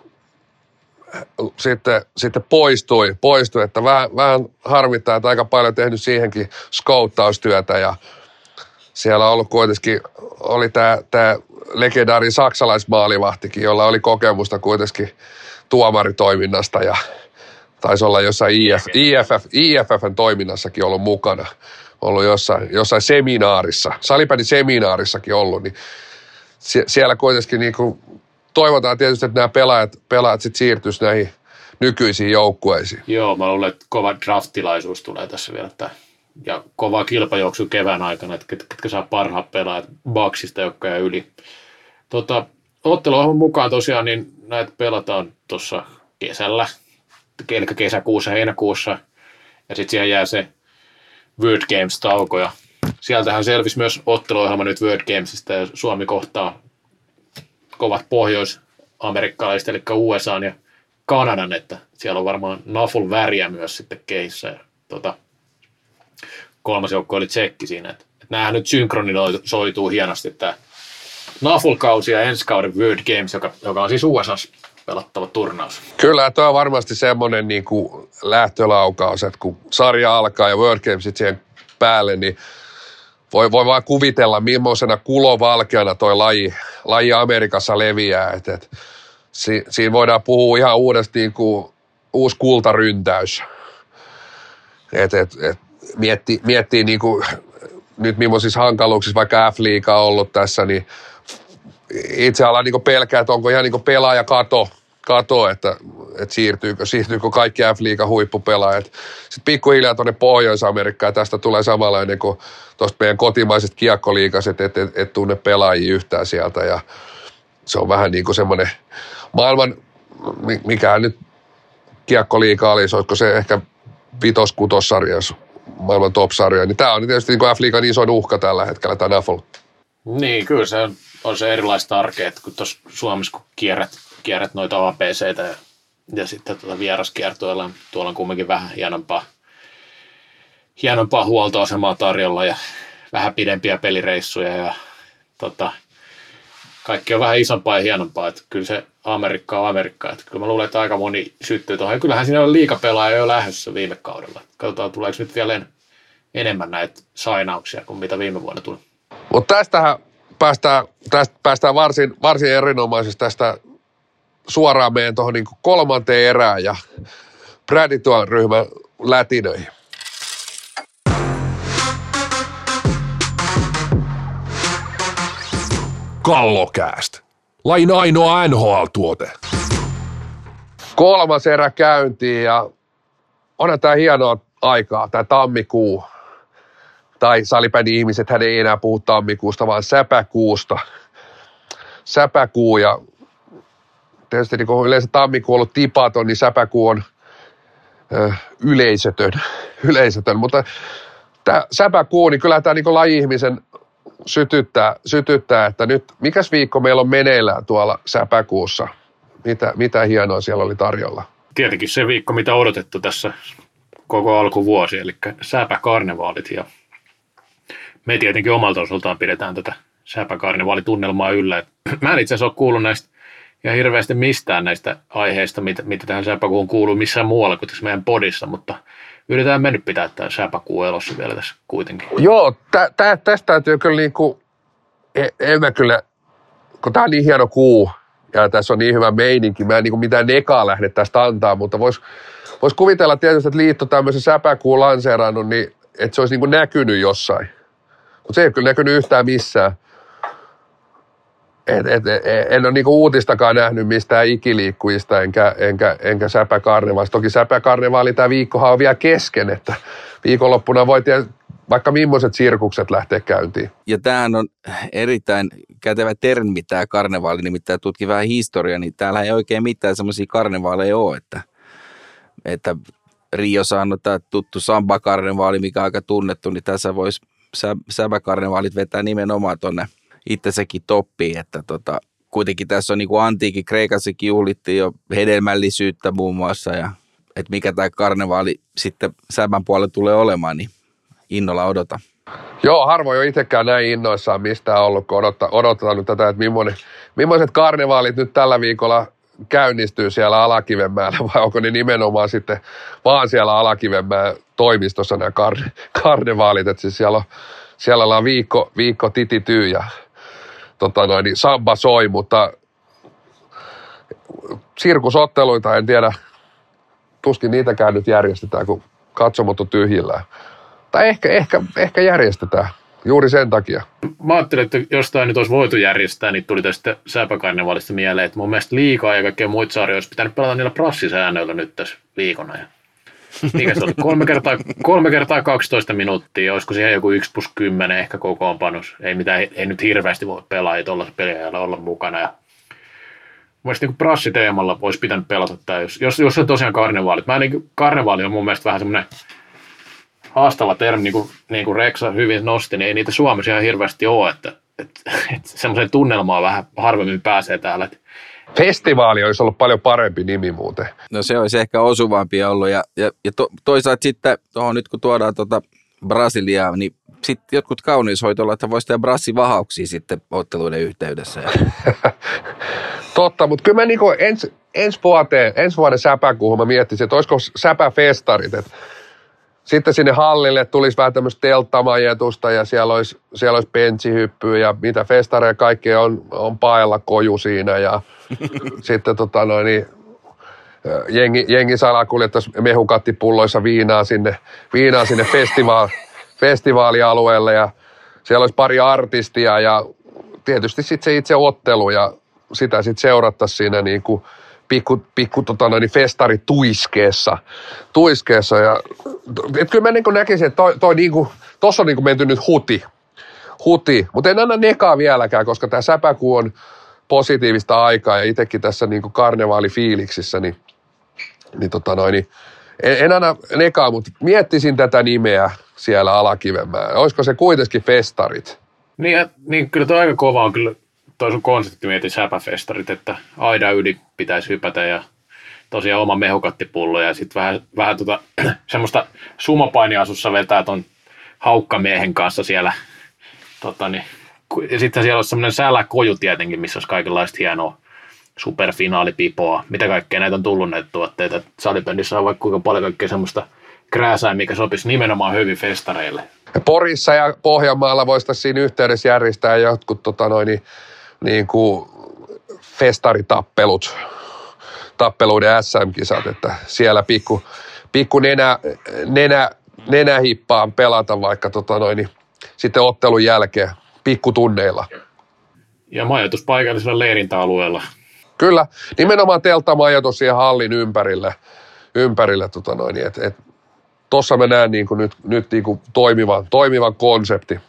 sitten, sitten poistui, poistui, että vähän, vähän harmittaa, että aika paljon tehnyt siihenkin skouttaustyötä, ja siellä on ollut kuitenkin, oli tämä, tämä legendaari saksalaismaalivahtikin, jolla oli kokemusta kuitenkin tuomaritoiminnasta ja taisi olla jossain I F, I F F, I F F:n toiminnassakin ollut mukana, ollut jossain, jossain seminaarissa, salibändin seminaarissakin ollut, niin sie, siellä kuitenkin niin kuin toivotaan tietysti, että nämä pelaajat, pelaajat sitten siirtyisivät näihin nykyisiin joukkueisiin. Joo, mä luulen, että kova draft-tilaisuus tulee tässä vielä, että, ja kova kilpajuoksu kevään aikana, että ketkä, ketkä saa parhaat pelaajat Bucksista, jotka jää yli. Tota, otteluohjelman mukaan tosiaan niin näitä pelataan tuossa kesällä, eli kesäkuussa, heinäkuussa, ja sitten siihen jää se World Games-tauko, ja sieltähän selvisi myös otteluohjelma nyt World Gamesista, ja Suomi kohtaa kovat pohjois-amerikkalaiset, eli U S A:n ja Kanadan, että siellä on varmaan Naful väriä myös sitten kehissä, ja tota, kolmas joukko oli tsekki siinä, että, että näähän nyt synkronisoituu hienosti, tämä Naful-kausi ja ensi kauden World Games, joka, joka on siis U S A:ssa pelattava turnaus. Kyllä, tuo on varmasti semmoinen niin kuin lähtölaukaus, että kun sarja alkaa ja World Gamesit siihen päälle, niin voi, voi vaan kuvitella, millaisena kulovalkeana toi laji, laji Amerikassa leviää. Et, et, si, siinä voidaan puhua ihan uudesta niin kuin, uusi kultaryntäys. Et, et, et, miettii, miettii niin kuin, nyt millaisissa hankaluuksissa vaikka F-liiga on ollut tässä, niin itse alan niin pelkää, että onko ihan niin pelaaja kato, kato että, että siirtyykö, siirtyykö kaikki F-liigan huippupelaajat. Sitten pikkuhiljaa tuonne Pohjois-Amerikkaan tästä tulee samanlainen kuin tuosta meidän kotimaiset kiekkoliigaset, että et, et tunne pelaajia yhtään sieltä. Ja se on vähän niin kuin semmoinen maailman, mikä nyt kiekkoliiga olisi, olisiko se ehkä vitos-kutossarja, maailman top-sarja. Niin tämä on tietysti niin F-liigan isoin uhka tällä hetkellä, tämä Naful. Niin, kyllä se on, on se erilaista arkea, että kun tuossa Suomessa kun kierrät, kierrät noita A P C:tä ja, ja sitten tuota vieraskiertoilla, tuolla on kumminkin vähän hienompaa, hienompaa huoltoasemaa tarjolla ja vähän pidempiä pelireissuja ja tota, kaikki on vähän isompaa ja hienompaa, että kyllä se Amerikka on Amerikka, että kyllä mä luulen, että aika moni syttyy tuohon ja kyllähän siinä on liigapelaaja jo lähdössä viime kaudella. Katsotaan, tuleeko nyt vielä en, enemmän näitä sainauksia kuin mitä viime vuonna tuli. Mutta tästähän päästään, tästä päästään varsin, varsin erinomaisesti tästä suoraan meidän tuohon niin kolmanteen erään ja Brädituan ryhmän lätinöihin. Kallokääst. Lain ainoa N H L-tuote. Kolmas erä käyntiin ja onhan tämä hienoa aikaa, tämä tammikuu. Tai salibändin ihmiset, hän ei enää puhu tammikuusta, vaan säpäkuusta. Säpäkuu ja tietysti niin kun yleensä tammikuu on ollut tipaton, niin säpäkuu on ö, yleisötön. yleisötön. Mutta tämä säpäkuu, niin kyllä tämä niin laji-ihmisen sytyttää, sytyttää, että nyt mikäs viikko meillä on meneillään tuolla säpäkuussa? Mitä, mitä hienoa siellä oli tarjolla? Tietenkin se viikko, mitä odotettu tässä koko alkuvuosi, eli säpäkarnevaalit ja me tietenkin omalta osaltaan pidetään tätä säpäkarnevaalitunnelmaa yllä. Mä en itse asiassa ole kuullut näistä ja hirveästi mistään näistä aiheista, mitä, mitä tähän säpäkuun kuuluu missään muualla kuin tässä meidän podissa, mutta yritetään me nyt pitää tämä säpäkuu elossa vielä tässä kuitenkin. Joo, tä, tä, tästä täytyy kyllä niin kuin, en mä kyllä, kun tämä on niin hieno kuu ja tässä on niin hyvä meininki, mä en niin kuin mitään nekaa lähde tästä antaa, mutta vois, vois kuvitella tietysti, että liitto tämmöisen säpäkuun lanseerannut, niin että se olisi niin kuin näkynyt jossain. Mutta se ei ole kyllä näkynyt yhtään missään. Et, et, et, en ole niinku uutistakaan nähnyt mistään ikiliikkujista enkä, enkä, enkä säpäkarnevaalista. Toki säpäkarnevaali tämä viikkohan on vielä kesken, että viikonloppuna voi tiedä, vaikka millaiset sirkukset lähtee käyntiin. Ja tämähän on erittäin kätevä termi tämä karnevaali, nimittäin tutki vähän historiaa, niin täällä ei oikein mitään semmoisia karnevaaleja ole, että, että Riossa on tämä tuttu samba-karnevaali, mikä on aika tunnettu, niin tässä voisi säpäkarnevaalit vetää nimenomaan tuonne itsesäkin toppiin, että tota, kuitenkin tässä on niin kuin antiikin Kreikassakin juhlittiin jo hedelmällisyyttä muun muassa, ja että mikä tämä karnevaali sitten säpän puolella tulee olemaan, niin innolla odota. Joo, harvoin on itsekään näin innoissaan mistään ollut, kun odottaa, odotetaan nyt tätä, että millainen, millaiset karnevaalit nyt tällä viikolla käynnistyy siellä Alakivenmäellä, vai onko ne nimenomaan sitten vaan siellä Alakivenmäen toimistossa nämä karne, karnevaalit, että siis siellä on, siellä ollaan viikko, viikko titityy ja tota noin, niin samba soi, mutta sirkusotteluita en tiedä, tuskin niitäkään nyt järjestetään, kun katsomot on tyhjillään. Tai ehkä, ehkä, ehkä järjestetään, juuri sen takia. Mä ajattelin, että jos tämä nyt olisi voitu järjestää, niin tuli tästä säpäkarnevaalista mieleen, että mun mielestä Liigaa ja kaikkea muita sarjoja olisi pitänyt pelata niillä prassisäännöillä nyt tässä viikon ajan. Mikä se oli? Kolme kertaa, kolme kertaa kaksitoista minuuttia, olisiko siihen joku yksi plus kymmenen ehkä kokoonpanos. Ei, mitään, ei nyt hirveästi voi pelaajia tuollaisella peliajalla olla mukana. Ja mielestäni niin prassiteemalla olisi pitänyt pelata tämä, jos, jos, jos on tosiaan karnevaalit. Mä niin, karnevaali on mun mielestä vähän semmoinen haastava termi, niin kuin, niin kuin Reksa hyvin nosti, niin ei niitä Suomessa ihan hirveästi ole, että, että, että semmoiseen tunnelmaan vähän harvemmin pääsee täällä. Että festivaali olisi ollut paljon parempi nimi muuten. No se olisi ehkä osuvampi ollut ja, ja, ja to, toisaalta sitten tuohon nyt kun tuodaan tuota Brasiliaa, niin sitten jotkut kaunishoitolla, että voisi tehdä brassivahauksia sitten otteluiden yhteydessä. Totta, mutta kyllä mä niinku ens, ensi vuoteen, ensi vuoden säpäkuuhun mä miettisin, että olisiko säpäfestarit, että sitten sinne hallille tulisi vähän tämmöistä telttamajetusta ja siellä olisi, siellä olisi pentsihyppyä ja mitä festareja kaikkea on, on paella koju siinä ja sitten tota noin, niin, jengi, jengi salakuljettaisi mehukattipulloissa viinaa sinne, viinaa sinne festivaali, festivaalialueelle ja siellä olisi pari artistia ja tietysti sitten se itse ottelu ja sitä sitten seurattaisiin siinä niin kuin pikku, pikku tota noin, festari tuiskeessa. tuiskeessa ja, et kyllä mä niin näkisin, että toi, toi niin kuin, tossa on niin kuin menty nyt huti, huti. Mutta en anna nekaa vieläkään, koska tämä säpäkuu on positiivista aikaa ja itsekin tässä niin kuin karnevaalifiiliksissä, niin, niin, tota noin, niin en, en anna nekaa, mutta miettisin tätä nimeä siellä Alakivenmäellä. Olisiko se kuitenkin festarit? Niin, niin kyllä tuo aika kova on kyllä toi sun konsepti mietin säpäfestarit, että aidan yli pitäisi hypätä ja tosiaan oma mehukattipullo ja sitten vähän, vähän tota, semmoista sumopainiasussa vetää ton haukkamiehen kanssa siellä. Tota, niin, ja sitten siellä olisi semmoinen säläkoju tietenkin, missä olisi kaikenlaista hienoa superfinaalipipoa. Mitä kaikkea näitä on tullut näitä tuotteita. Salibändissä on vaikka kuinka paljon kaikkea semmoista krääsää, mikä sopisi nimenomaan hyvin festareille. Porissa ja Pohjanmaalla voisi siinä yhteydessä järjestää jotkut tota noin, niin, niin kuin festaritappelut, tappeluiden äs äm-kisat, että siellä pikku, pikku nenä, nenä, nenähippaan pelata vaikka tota noin, niin, sitten ottelun jälkeen pikkutunneilla. Ja majoitus paikallisella leirintäalueella. Kyllä, nimenomaan telttamajoitus siihen hallin ympärille, ympärille tota noin, et, et, tossa mä näen niin kuin nyt, nyt niin kuin toimivan, toimivan konsepti.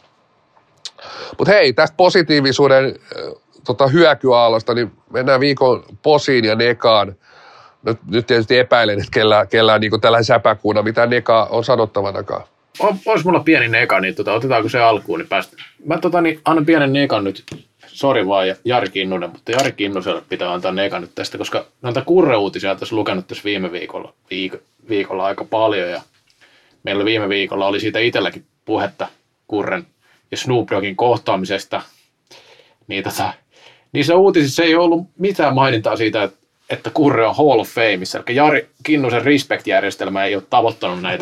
Mutta hei, tästä positiivisuuden äh, tota, hyökyaallosta, niin mennään viikon posiin ja nekaan. Nyt, nyt tietysti epäilen, että kellään, kellään niin kuin tällä säpäkuuna mitään nekaa on sanottavanakaan. Olisi mulla pieni neka, niin tota, otetaanko se alkuun, niin päästä. Mä tota, niin, annan pienen nekan nyt. Sori vaan Jari Kinnunen, mutta Jari Kinnuselle pitää antaa neka nyt tästä, koska noita kurreuutisia tässä lukenut tässä viime viikolla, viik- viikolla aika paljon ja meillä viime viikolla oli siitä itselläkin puhetta Kurren ja Snoop Doggin kohtaamisesta. Niin tota, niissä uutisissa ei ollut mitään mainintaa siitä, että, että Kurre on Hall of Fameissa. Eli Jari Kinnusen Respect-järjestelmä ei ole tavoittanut näitä,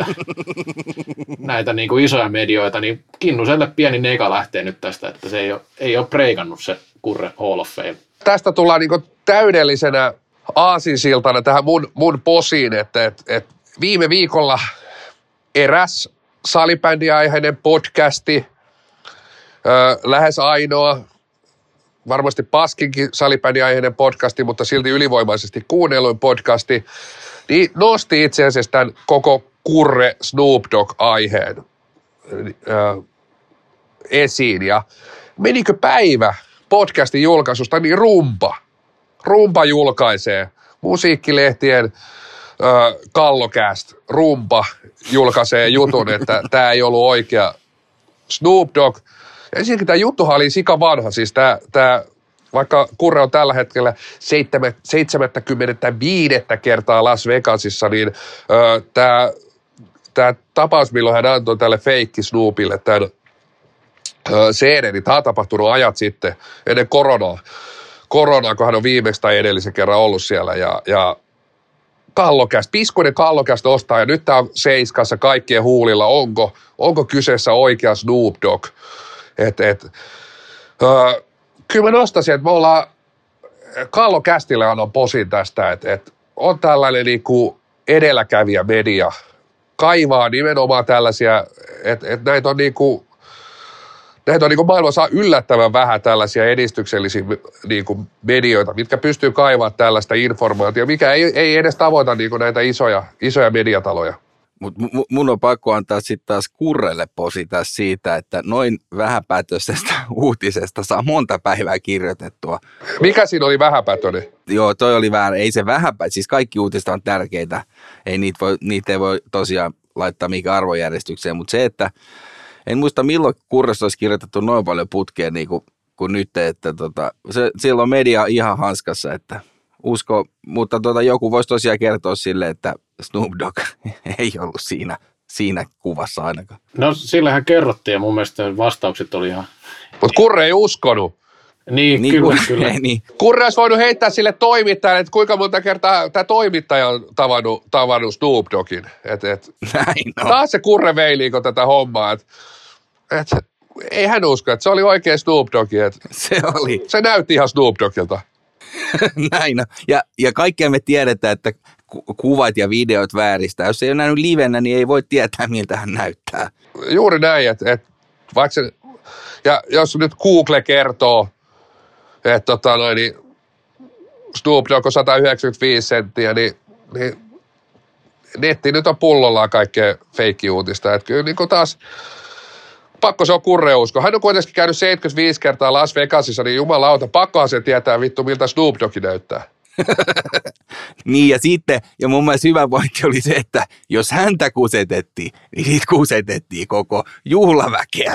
näitä niin kuin isoja medioita, niin Kinnuselle pieni neka lähtee nyt tästä, että se ei ole, ei ole preikannut se Kurre Hall of Fame. Tästä tullaan niin kuin täydellisenä aasinsiltana tähän mun, mun posiin, että et, et viime viikolla eräs salibändiaiheinen podcasti, ö, lähes ainoa, varmasti paskinkin salibändiaiheinen podcasti, mutta silti ylivoimaisesti kuunnelluin podcasti, niin nosti itse asiassa tämän koko Kurre Snoop Dogg-aiheen ö, esiin. Ja menikö päivä podcastin julkaisusta, niin Rumpa. Rumpa julkaisee musiikkilehtien Kallocast, Rumpa julkaisee jutun, että tämä ei ollut oikea Snoop Dogg. Ja ensinnäkin tämä juttuhan oli sika vanha, siis tämä, tämä vaikka Kurre on tällä hetkellä seitsemänkymmentäviisi kertaa Las Vegasissa, niin ö, tämä, tämä tapaus, milloin hän antoi tälle feikki Snoopille tämän ö, C D, niin tämä on tapahtunut ajat sitten, ennen koronaa. Koronaa, kun hän on viimeksi tai edellisen kerran ollut siellä ja, ja Kallocast, piskuinen Kallocast ostaa ja nyt tämä on Seiskassa kaikkien huulilla, onko, onko kyseessä oikea Snoop Dogg. Et, et, öö, kyllä mä nostaisin, että me ollaan, Kallocastille annan posin tästä, että et on tällainen niinku edelläkävijä media kaivaa nimenomaan tällaisia, että et näitä on niinku, näitä on niinku maailmassa yllättävän vähän tällaisia edistyksellisiä niinku medioita, mitkä pystyy kaivaa tällaista informaatiota, mikä ei, ei edes tavoita niinku näitä isoja, isoja mediataloja. Mutta mun on pakko antaa sitten taas Kurrelle posita siitä, että noin vähäpätöisestä uutisesta saa monta päivää kirjoitettua. Mikä siinä oli vähäpätöinen? Joo, toi oli väärä. Ei se vähäpätöinen, siis kaikki uutiset on tärkeitä. Ei niitä, voi, niitä ei voi tosiaan laittaa mikä arvojärjestykseen, mutta se, että en muista milloin Kurressa olisi kirjoitettu noin paljon putkeen niin kuin, kuin nyt, että tota, se, silloin media ihan hanskassa, että usko, mutta tota, joku voisi tosiaan kertoa sille, että Snoop Dogg ei ollut siinä, siinä kuvassa ainakaan. No sillähän kerrottiin ja mun mielestä vastaukset oli ihan... Mutta Kurre ei uskonut. Niin, niin kyllä, kun, kyllä. Niin. Kurre olisi voinut heittää sille toimittajalle, että kuinka monta kertaa tämä toimittaja on tavannut, tavannut Snoop Doggin. Et, et, Näin on. Taas se Kurre veiliiko tätä hommaa, että et, ei hän usko, että se oli oikein Snoop Dogg. Se oli. Se näytti ihan Snoop Doggilta. Näin on. Ja, ja kaikkea me tiedetään, että kuvat ja videot vääristää. Jos ei ole nähnyt livenä, niin ei voi tietää, miltä hän näyttää. Juuri näin, että et, vaikka se, ja jos nyt Google kertoo, että tota noin, niin Snoop Dogg on sata yhdeksänkymmentäviisi senttiä, niin, niin netti nyt on pullollaan kaikkea feikkiuutista. Että kyllä niin kuin taas pakko se on Kurre-usko. Hän on kuitenkin käynyt seitsemänkymmentäviisi kertaa Las Vegasissa, niin jumalauta, pakkohan se tietää vittu, miltä Snoop Dogg näyttää. Niin ja sitten, ja mun mielestä hyvä pointti oli se, että jos häntä kusetettiin, niin siitä kusetettiin koko juhlaväkeä.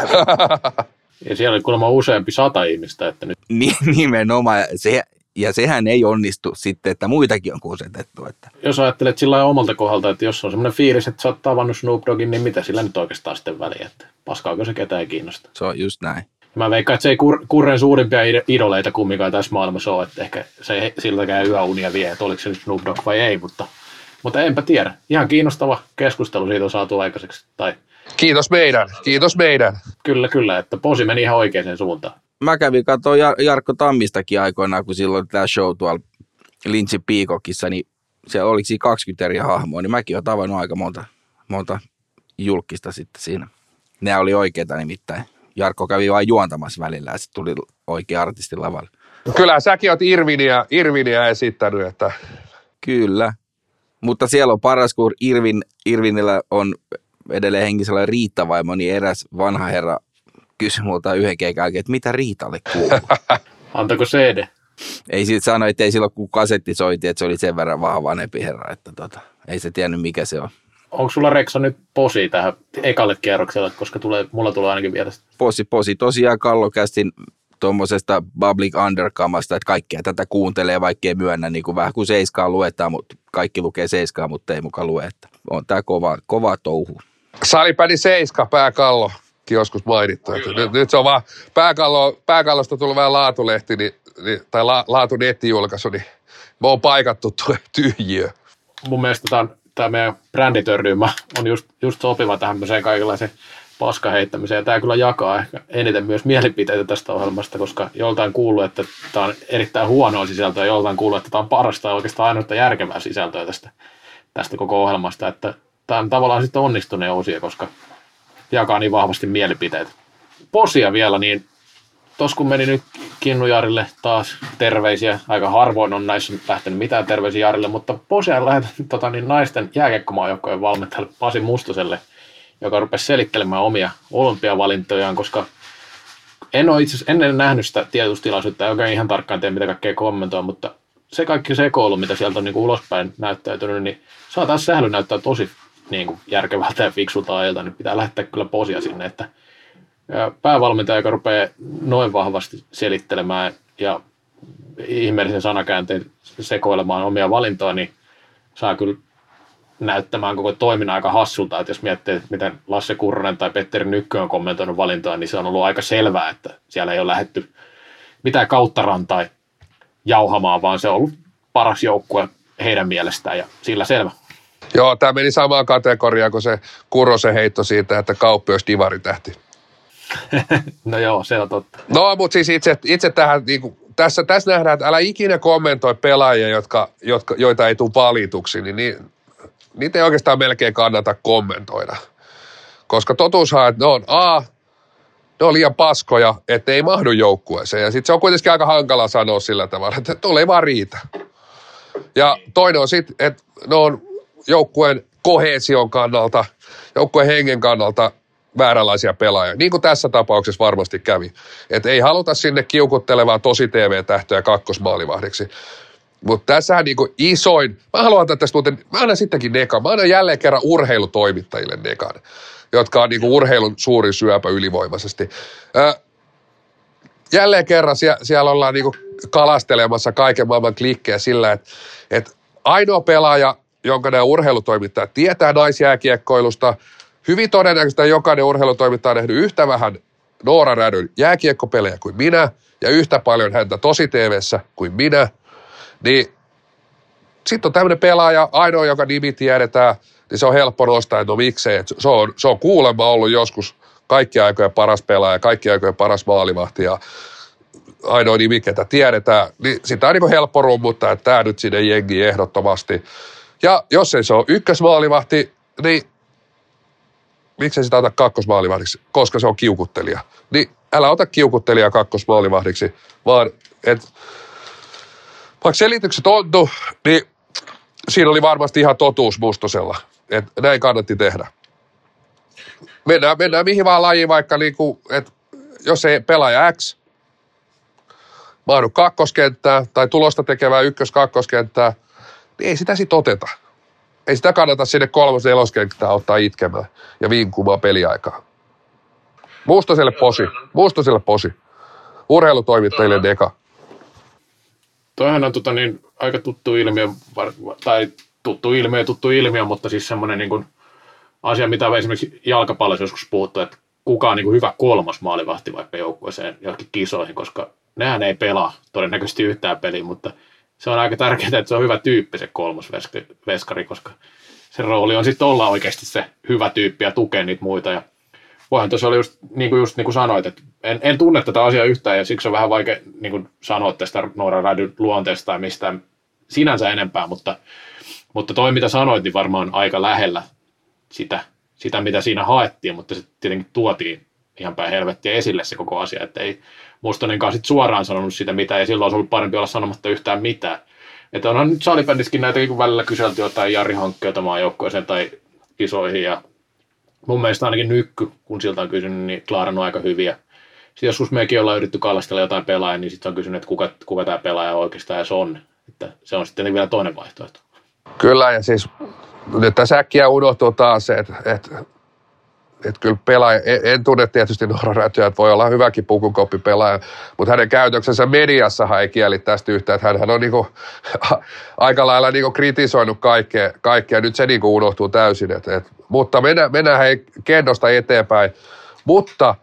Ja siellä oli kuulemma useampi sata ihmistä, että nyt... Nimenomaan, se, ja sehän ei onnistu sitten, että muitakin on kusetettu. Että. Jos ajattelet sillä lailla omalta kohdalta, että jos on semmoinen fiilis, että sä oot tavannut Snoop Doggin, niin mitä sillä nyt oikeastaan sitten väliä, että paskaako se ketään kiinnostaa. Se on just näin. Mä veikkaan, että se ei kur- Kurren suurimpia idoleita kumminkaan tässä maailmassa ole, että ehkä se ei siltäkään yöunia vie, että oliko se nyt Snoop Dogg vai ei, mutta, mutta enpä tiedä. Ihan kiinnostava keskustelu siitä on saatu aikaiseksi. Tai... Kiitos meidän, kiitos meidän. Kyllä, kyllä, että posi meni ihan oikeaan suuntaan. Mä kävin katsoa Jar- Jarkko Tammistakin aikoinaan, kun silloin tämä show tuolla Lynchin Peacockissa, niin siellä oliko siinä kaksikymmentä eri hahmoa, niin mäkin olen tavannut aika monta, monta julkista sitten siinä. Nämä oli oikeita nimittäin. Jarkko kävi vain juontamassa välillä ja sitten tuli oikea artisti lavalle. Kyllä säkin oot Irviniä, Irviniä esittänyt, että... Kyllä, mutta siellä on paras, kun Irvin, Irvinillä on edelleen henkisellä Riitta-vaimo, niin eräs vanha herra kysyi multa yhden keikan jälkeen, että mitä Riitalle kuuluu. Antako C D? Ei siitä sano, että ei silloin kun kasetti soiti, että se oli sen verran vähän vanhempi herra, että tota, ei se tiennyt mikä se on. Onko sulla Reksa nyt posi tähän ekalle kierrokselle, koska tulee, mulla tulee ainakin vielä sitä. Posi, posi. Tosiaan Kallokästin tuommoisesta public underkamasta, että kaikkea tätä kuuntelee, vaikka ei myönnä, niin kuin vähän kuin seiskaa luetaan, mutta kaikki lukee seiskaa, mutta ei mukaan lue, että on tää kova, kova touhu. Salipädi Seiska, pääkallo, joskus mainittu. Nyt, nyt se on vaan pääkallo, pääkallosta tullut vähän laatulehti, niin, niin, tai la, laatu nettijulkaisu, niin me on paikattu tuo tyhjiö. Mun mielestä tämä, tämä meidän bränditörryymä on just, just sopiva tämmöiseen kaikenlaiseen paskaheittämiseen. Ja tämä kyllä jakaa ehkä eniten myös mielipiteitä tästä ohjelmasta, koska joltain kuuluu, että tämä on erittäin huonoa sisältöä, ja joltain kuuluu, että tämä on parasta ja oikeastaan ainoa järkevää sisältöä tästä, tästä koko ohjelmasta. Että tämä on tavallaan sitten onnistuneen osia, koska jakaa niin vahvasti mielipiteitä. Posia vielä, niin tuossa kun meni nyt Kinnujarille taas terveisiä, aika harvoin on näissä lähtenyt mitään terveisiä Jarille, mutta Posia lähetän tota, niin naisten jääkiekkomaajoukkojen valmentajalle Pasi Mustoselle, joka rupesi selittelemään omia olympiavalintojaan, koska en ole itse asiassa ennen nähnyt sitä tiedotustilaisuutta, joka ei ihan tarkkaan tiedä mitä kaikkea kommentoi, mutta se kaikki sekoilu, mitä sieltä on niin kuin ulospäin näyttäytynyt, niin saa taas sähly näyttää tosi niin kuin järkevältä ja fiksulta ajalta, niin pitää lähettää kyllä Posia sinne, että päävalmentaja, joka rupeaa noin vahvasti selittelemään ja ihmeellisen sanakäänteen sekoilemaan omia valintoja, niin saa kyllä näyttämään koko toiminnan aika hassulta, että jos miettii, että miten Lasse Kurronen tai Petteri Nykkö on kommentoinut valintoja, niin se on ollut aika selvää, että siellä ei ole lähdetty mitään kauttarantai jauhamaan, vaan se on ollut paras joukkue heidän mielestään ja sillä selvä. Joo, tämä meni samaan kategoriaan kuin se Kurrosen heitto siitä, että Kauppi olisi divaritähti. No joo, se on totta. No, mutta siis itse, itse tähän, niin kuin, tässä, tässä nähdään, että älä ikinä kommentoi pelaajia, jotka, jotka, joita ei tule valituksi, niin, niin niitä ei oikeastaan melkein kannata kommentoida. Koska totuushan, että ne on A, ne on liian paskoja, että ei mahdu joukkueeseen. Ja sitten se on kuitenkin aika hankala sanoa sillä tavalla, että tuolla ei vaan riitä. Ja toinen on sitten, että ne on joukkueen koheesion kannalta, joukkueen hengen kannalta vääränlaisia pelaajia. Niin kuin tässä tapauksessa varmasti kävi. Että ei haluta sinne kiukuttelevaa tosi T V-tähtöä kakkosmaalivahdiksi. Mutta tässähän niinku isoin, mä haluan antaa tästä muuten, mä annan sittenkin nekan, mä annan jälleen kerran urheilutoimittajille nekan, jotka on niinku urheilun suurin syöpä ylivoimaisesti. Ö, jälleen kerran sie, siellä ollaan niinku kalastelemassa kaiken maailman klikkejä sillä, että et ainoa pelaaja, jonka nämä urheilutoimittajat tietää naisjääkiekkoilusta, hyvin todennäköisesti jokainen urheilutoimittaja on nähnyt yhtä vähän Noora Rädyn jääkiekkopelejä kuin minä ja yhtä paljon häntä tosi T V:ssä kuin minä. Niin sitten on tämmöinen pelaaja, ainoa, joka nimi tiedetään, niin se on helppo nostaa, että no miksei. Että se, on, se on kuulemma ollut joskus kaikki aikojen paras pelaaja, kaikki aikojen paras maalivahti ja ainoa nimi, ketä tiedetään. Niin sitä on niin kuin helppo rummuttaa, että tämä nyt sinne jengi ehdottomasti. Ja jos ei se ole ykkösmaalivahti, niin miksei sitä ota kakkosmaalivahdiksi, koska se on kiukuttelija. Niin älä ota kiukuttelija kakkosmaalivahdiksi, vaan että vaikka selitykset ontu, niin siinä oli varmasti ihan totuus Mustosella, että näin kannatti tehdä. Mennään, mennään mihin vaan lajiin vaikka, niin kuin, että jos ei pelaaja X mahdu kakkoskenttää tai tulosta tekevää ykkös-kakkoskenttää, niin ei sitä sit oteta. Ei sitä kannata sinne kolmos neloskenttää ottaa itkemään ja vinkumaan peliaikaa. Mustoselle posi, Mustoselle posi. Urheilutoimittajille neka. Toihan on tota, niin, aika tuttu ilmiö, tai tuttu ilmiö, tuttu ilmiö, mutta siis semmoinen niin kuin asia, mitä on esimerkiksi jalkapallossa joskus puhuttu, että kuka on niin kuin hyvä kolmas maalivahti vaikka joukkueeseen johonkin kisoihin, koska nehän ei pelaa todennäköisesti yhtään peliä, mutta se on aika tärkeää, että se on hyvä tyyppi se kolmosveskari, koska se rooli on sitten olla oikeasti se hyvä tyyppi ja tukea niitä muita. Ja voihan tuossa oli just niin kuin, just niin kuin sanoit, että en, en tunne tätä asiaa yhtään ja siksi on vähän vaikea niin kuin sanoa tästä Noora Rädyn luonteesta tai mistään sinänsä enempää, mutta, mutta toi mitä sanoit, niin varmaan aika lähellä sitä, sitä mitä siinä haettiin, mutta se tietenkin tuotiin ihan päin helvettiä esille se koko asia, että ei Mustonenkaan sit suoraan sanonut sitä mitä ja silloin olisi ollut parempi olla sanomatta yhtään mitään. Että onhan nyt salibändissäkin näitäkin, kun välillä kyselty jotain Jari Hankkeota maajoukkueeseen tai kisoihin ja mun mielestä ainakin Nykky, kun siltä on kysynyt, niin klaarannut aika hyvin. Sitten joskus mekin ollaan yritetty kallistella jotain pelaajaa, niin sitten on kysynyt, että kuka, kuka tämä pelaaja oikeastaan edes on. Että se on sitten vielä toinen vaihtoehto. Kyllä, ja siis nyt tässä äkkiä unohtuu taas se, että, että, että kyllä pelaaja, en, en tunne tietysti Noora Rätyä, että voi olla hyväkin pukukoppipelaaja, mutta hänen käytöksensä mediassahan ei kieli tästä yhtään, että hänhän on niinku, aika lailla niinku kritisoinut kaikkea, kaikkea, nyt se niinku unohtuu täysin, että, että, mutta mennään, mennään hei kennosta eteenpäin, mutta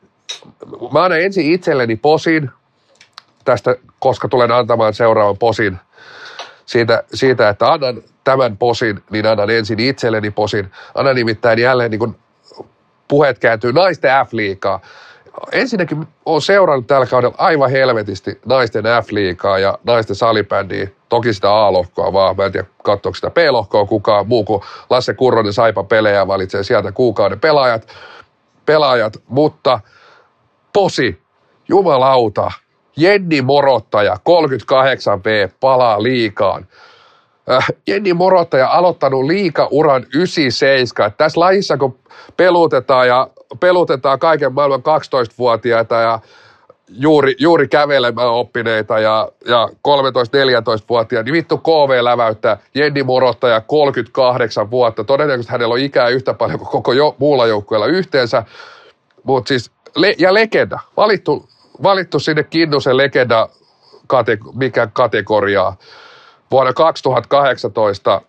mä annan ensin itselleni posin tästä, koska tulen antamaan seuraavan posin siitä, siitä, että annan tämän posin, niin annan ensin itselleni posin. Annan nimittäin jälleen niin kuin puheet kääntyy naisten F-liigaa. Ensinnäkin olen seurannut tällä kaudella aivan helvetisti naisten F-liigaa ja naisten salibändiä. Toki sitä A-lohkoa vaan, mä en tiedä katsoako sitä B-lohkoa kukaan muu kuin Lasse Kurronen Saipan pelejä valitsee sieltä kuukauden pelaajat, pelaajat mutta posi, jumalauta, Jenni Morottaja, kolmekymmentäkahdeksan V, palaa liigaan. Äh, Jenni Morottaja aloittanut liigauran yhdeksänkymmentäseitsemän. Tässä lajissa, kun pelutetaan ja pelutetaan kaiken maailman kaksitoistavuotiaita ja juuri, juuri kävelemään oppineita ja, ja kolmetoista-neljätoistavuotiaita, niin vittu K V läväyttää Jenni Morottaja kolmekymmentäkahdeksan vuotta. Todennäköisesti hänellä on ikää yhtä paljon kuin koko jo, muulla joukkueella yhteensä. Mutta siis, le, ja legenda, valittu, valittu sinne Kinnusen legenda, kate, mikä kategoriaa, vuonna kaksituhattakahdeksantoista.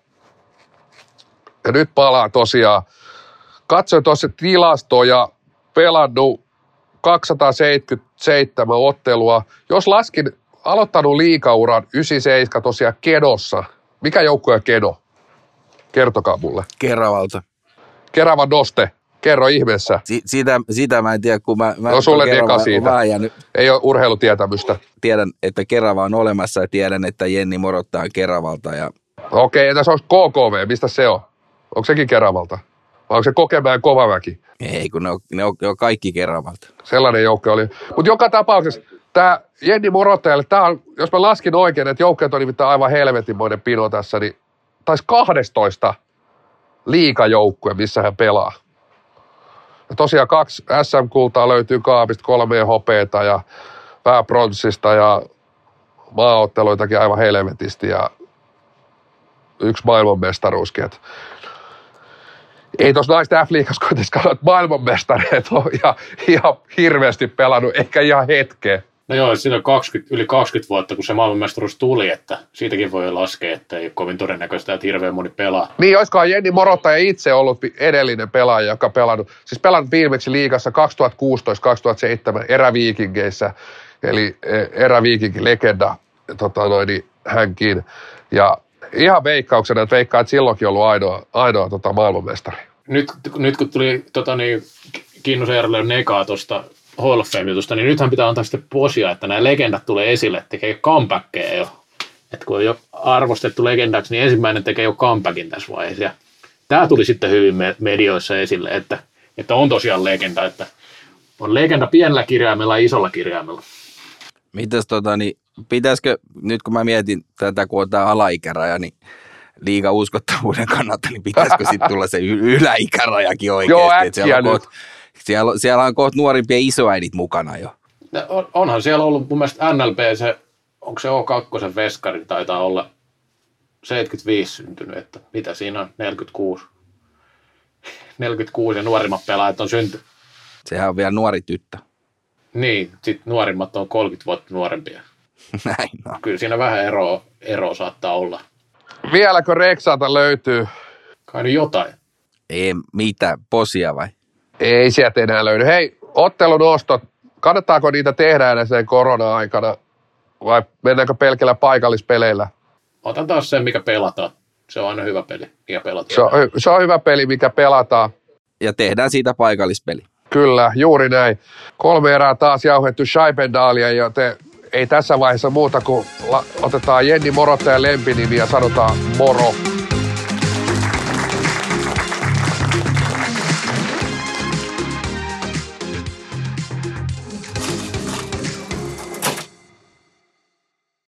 Ja nyt palaa tosiaan. Katsoin tuossa tilastoja, pelannut kaksisataaseitsemänkymmentäseitsemän ottelua. Jos laskin aloittanut liigauran yhdeksänkymmentäseitsemän tosiaan Kedossa. Mikä joukkue on Kedo? Kertokaa mulle. Keravalta. Keravan Noste. Kerro ihmeessä. Si- sitä, sitä mä en tiedä, kun mä... mä no sulle deka siitä. Jäänyt, ei ole urheilutietämystä. Tiedän, että Kerava on olemassa ja tiedän, että Jenni Morottaa on Keravalta. Ja... Okei, entäs onko K K V? Mistä se on? Onko sekin Keravalta? Vai onko se Kokemäen Kovamäki? Ei, kun ne on, ne on, ne on kaikki Keravalta. Sellainen joukko oli. Mutta joka tapauksessa tämä Jenni Morottajalle, tämä on, jos mä laskin oikein, että joukkeet on nimittäin aivan helvetinmoinen pino tässä, niin taisi kaksitoista liigajoukkue, missä hän pelaa. Ja tosiaan kaksi S M-kultaa löytyy kaapista, kolme hopeeta ja vähän pronssista ja maaotteluitakin aivan helvetisti ja yksi maailmanmestaruuskin. Et ei tuossa naisten F-liigassa kuitenkaan noita maailmanmestareet ole ihan, ihan hirveästi pelannut, eikä ihan hetkeä. No joo, siinä on kaksikymmentä, yli kaksikymmentä vuotta, kun se maailmanmestaruus tuli, että siitäkin voi laskea, että ei ole kovin todennäköistä, että hirveän moni pelaa. Niin, olisikohan Jenni Morottaja itse ollut edellinen pelaaja, joka pelannut, siis pelannut viimeksi liigassa kaksituhattakuusitoista kaksituhattaseitsemän eräviikingeissä, eli eräviikinkin legenda, tota noin, niin hänkin. Ja ihan veikkauksena, että veikkaa, että silloinkin ollut ainoa, ainoa tota, maailmanmestari. Nyt, nyt kun tuli tota, niin, Kinnusen Jarrelle negaa tuosta Hall of Fame-jutusta, niin nythän pitää antaa sitten posia, että nämä legendat tulee esille, että tekee comebackkejä jo. Että kun on jo arvostettu legendaksi, niin ensimmäinen tekee jo comebackin tässä vaiheessa. Ja tämä tuli sitten hyvin medioissa esille, että, että on tosiaan legenda, että on legenda pienellä kirjaimella ja isolla kirjaimella. Mitäs tota, niin pitäisikö, nyt kun mä mietin tätä, kun on tämä alaikäraja, niin liigan uskottavuuden kannalta, niin pitäisikö sitten tulla se yläikärajakin oikeasti? Joo, äkkiä on nyt. Koht, siellä, siellä on kohta nuorimpia isoäidit mukana jo. On, onhan siellä ollut mun mielestä N L P se, onko se O kaksi veskari, taitaa olla seitsemänkymmentäviisi syntynyt, että mitä siinä on, neljäkymmentäkuusi. neljäkymmentäkuusi ja nuorimmat pelaajat on syntynyt. Sehän on vielä nuori tyttö. Niin, sitten nuorimmat on kolmekymmentä vuotta nuorempia. Näin on. Kyllä siinä vähän eroa, eroa saattaa olla. Vieläkö Reksalta löytyy? Kai nyt jotain. Ei mitä, posia vai? Ei sieltä enää löydy. Hei, ottelunostot, kannattaako niitä tehdä edes sen korona-aikana vai mennäänkö pelkillä paikallispeleillä? Otan taas sen, mikä pelataan. Se on aina hyvä peli, mikä pelataan. Se on, se on hyvä peli, mikä pelataan. Ja tehdään siitä paikallispeli. Kyllä, juuri näin. Kolme erää taas jauhettu Scheibendaalia, joten ei tässä vaiheessa muuta kuin la- otetaan Jenni Morottajan lempinimi ja sanotaan moro.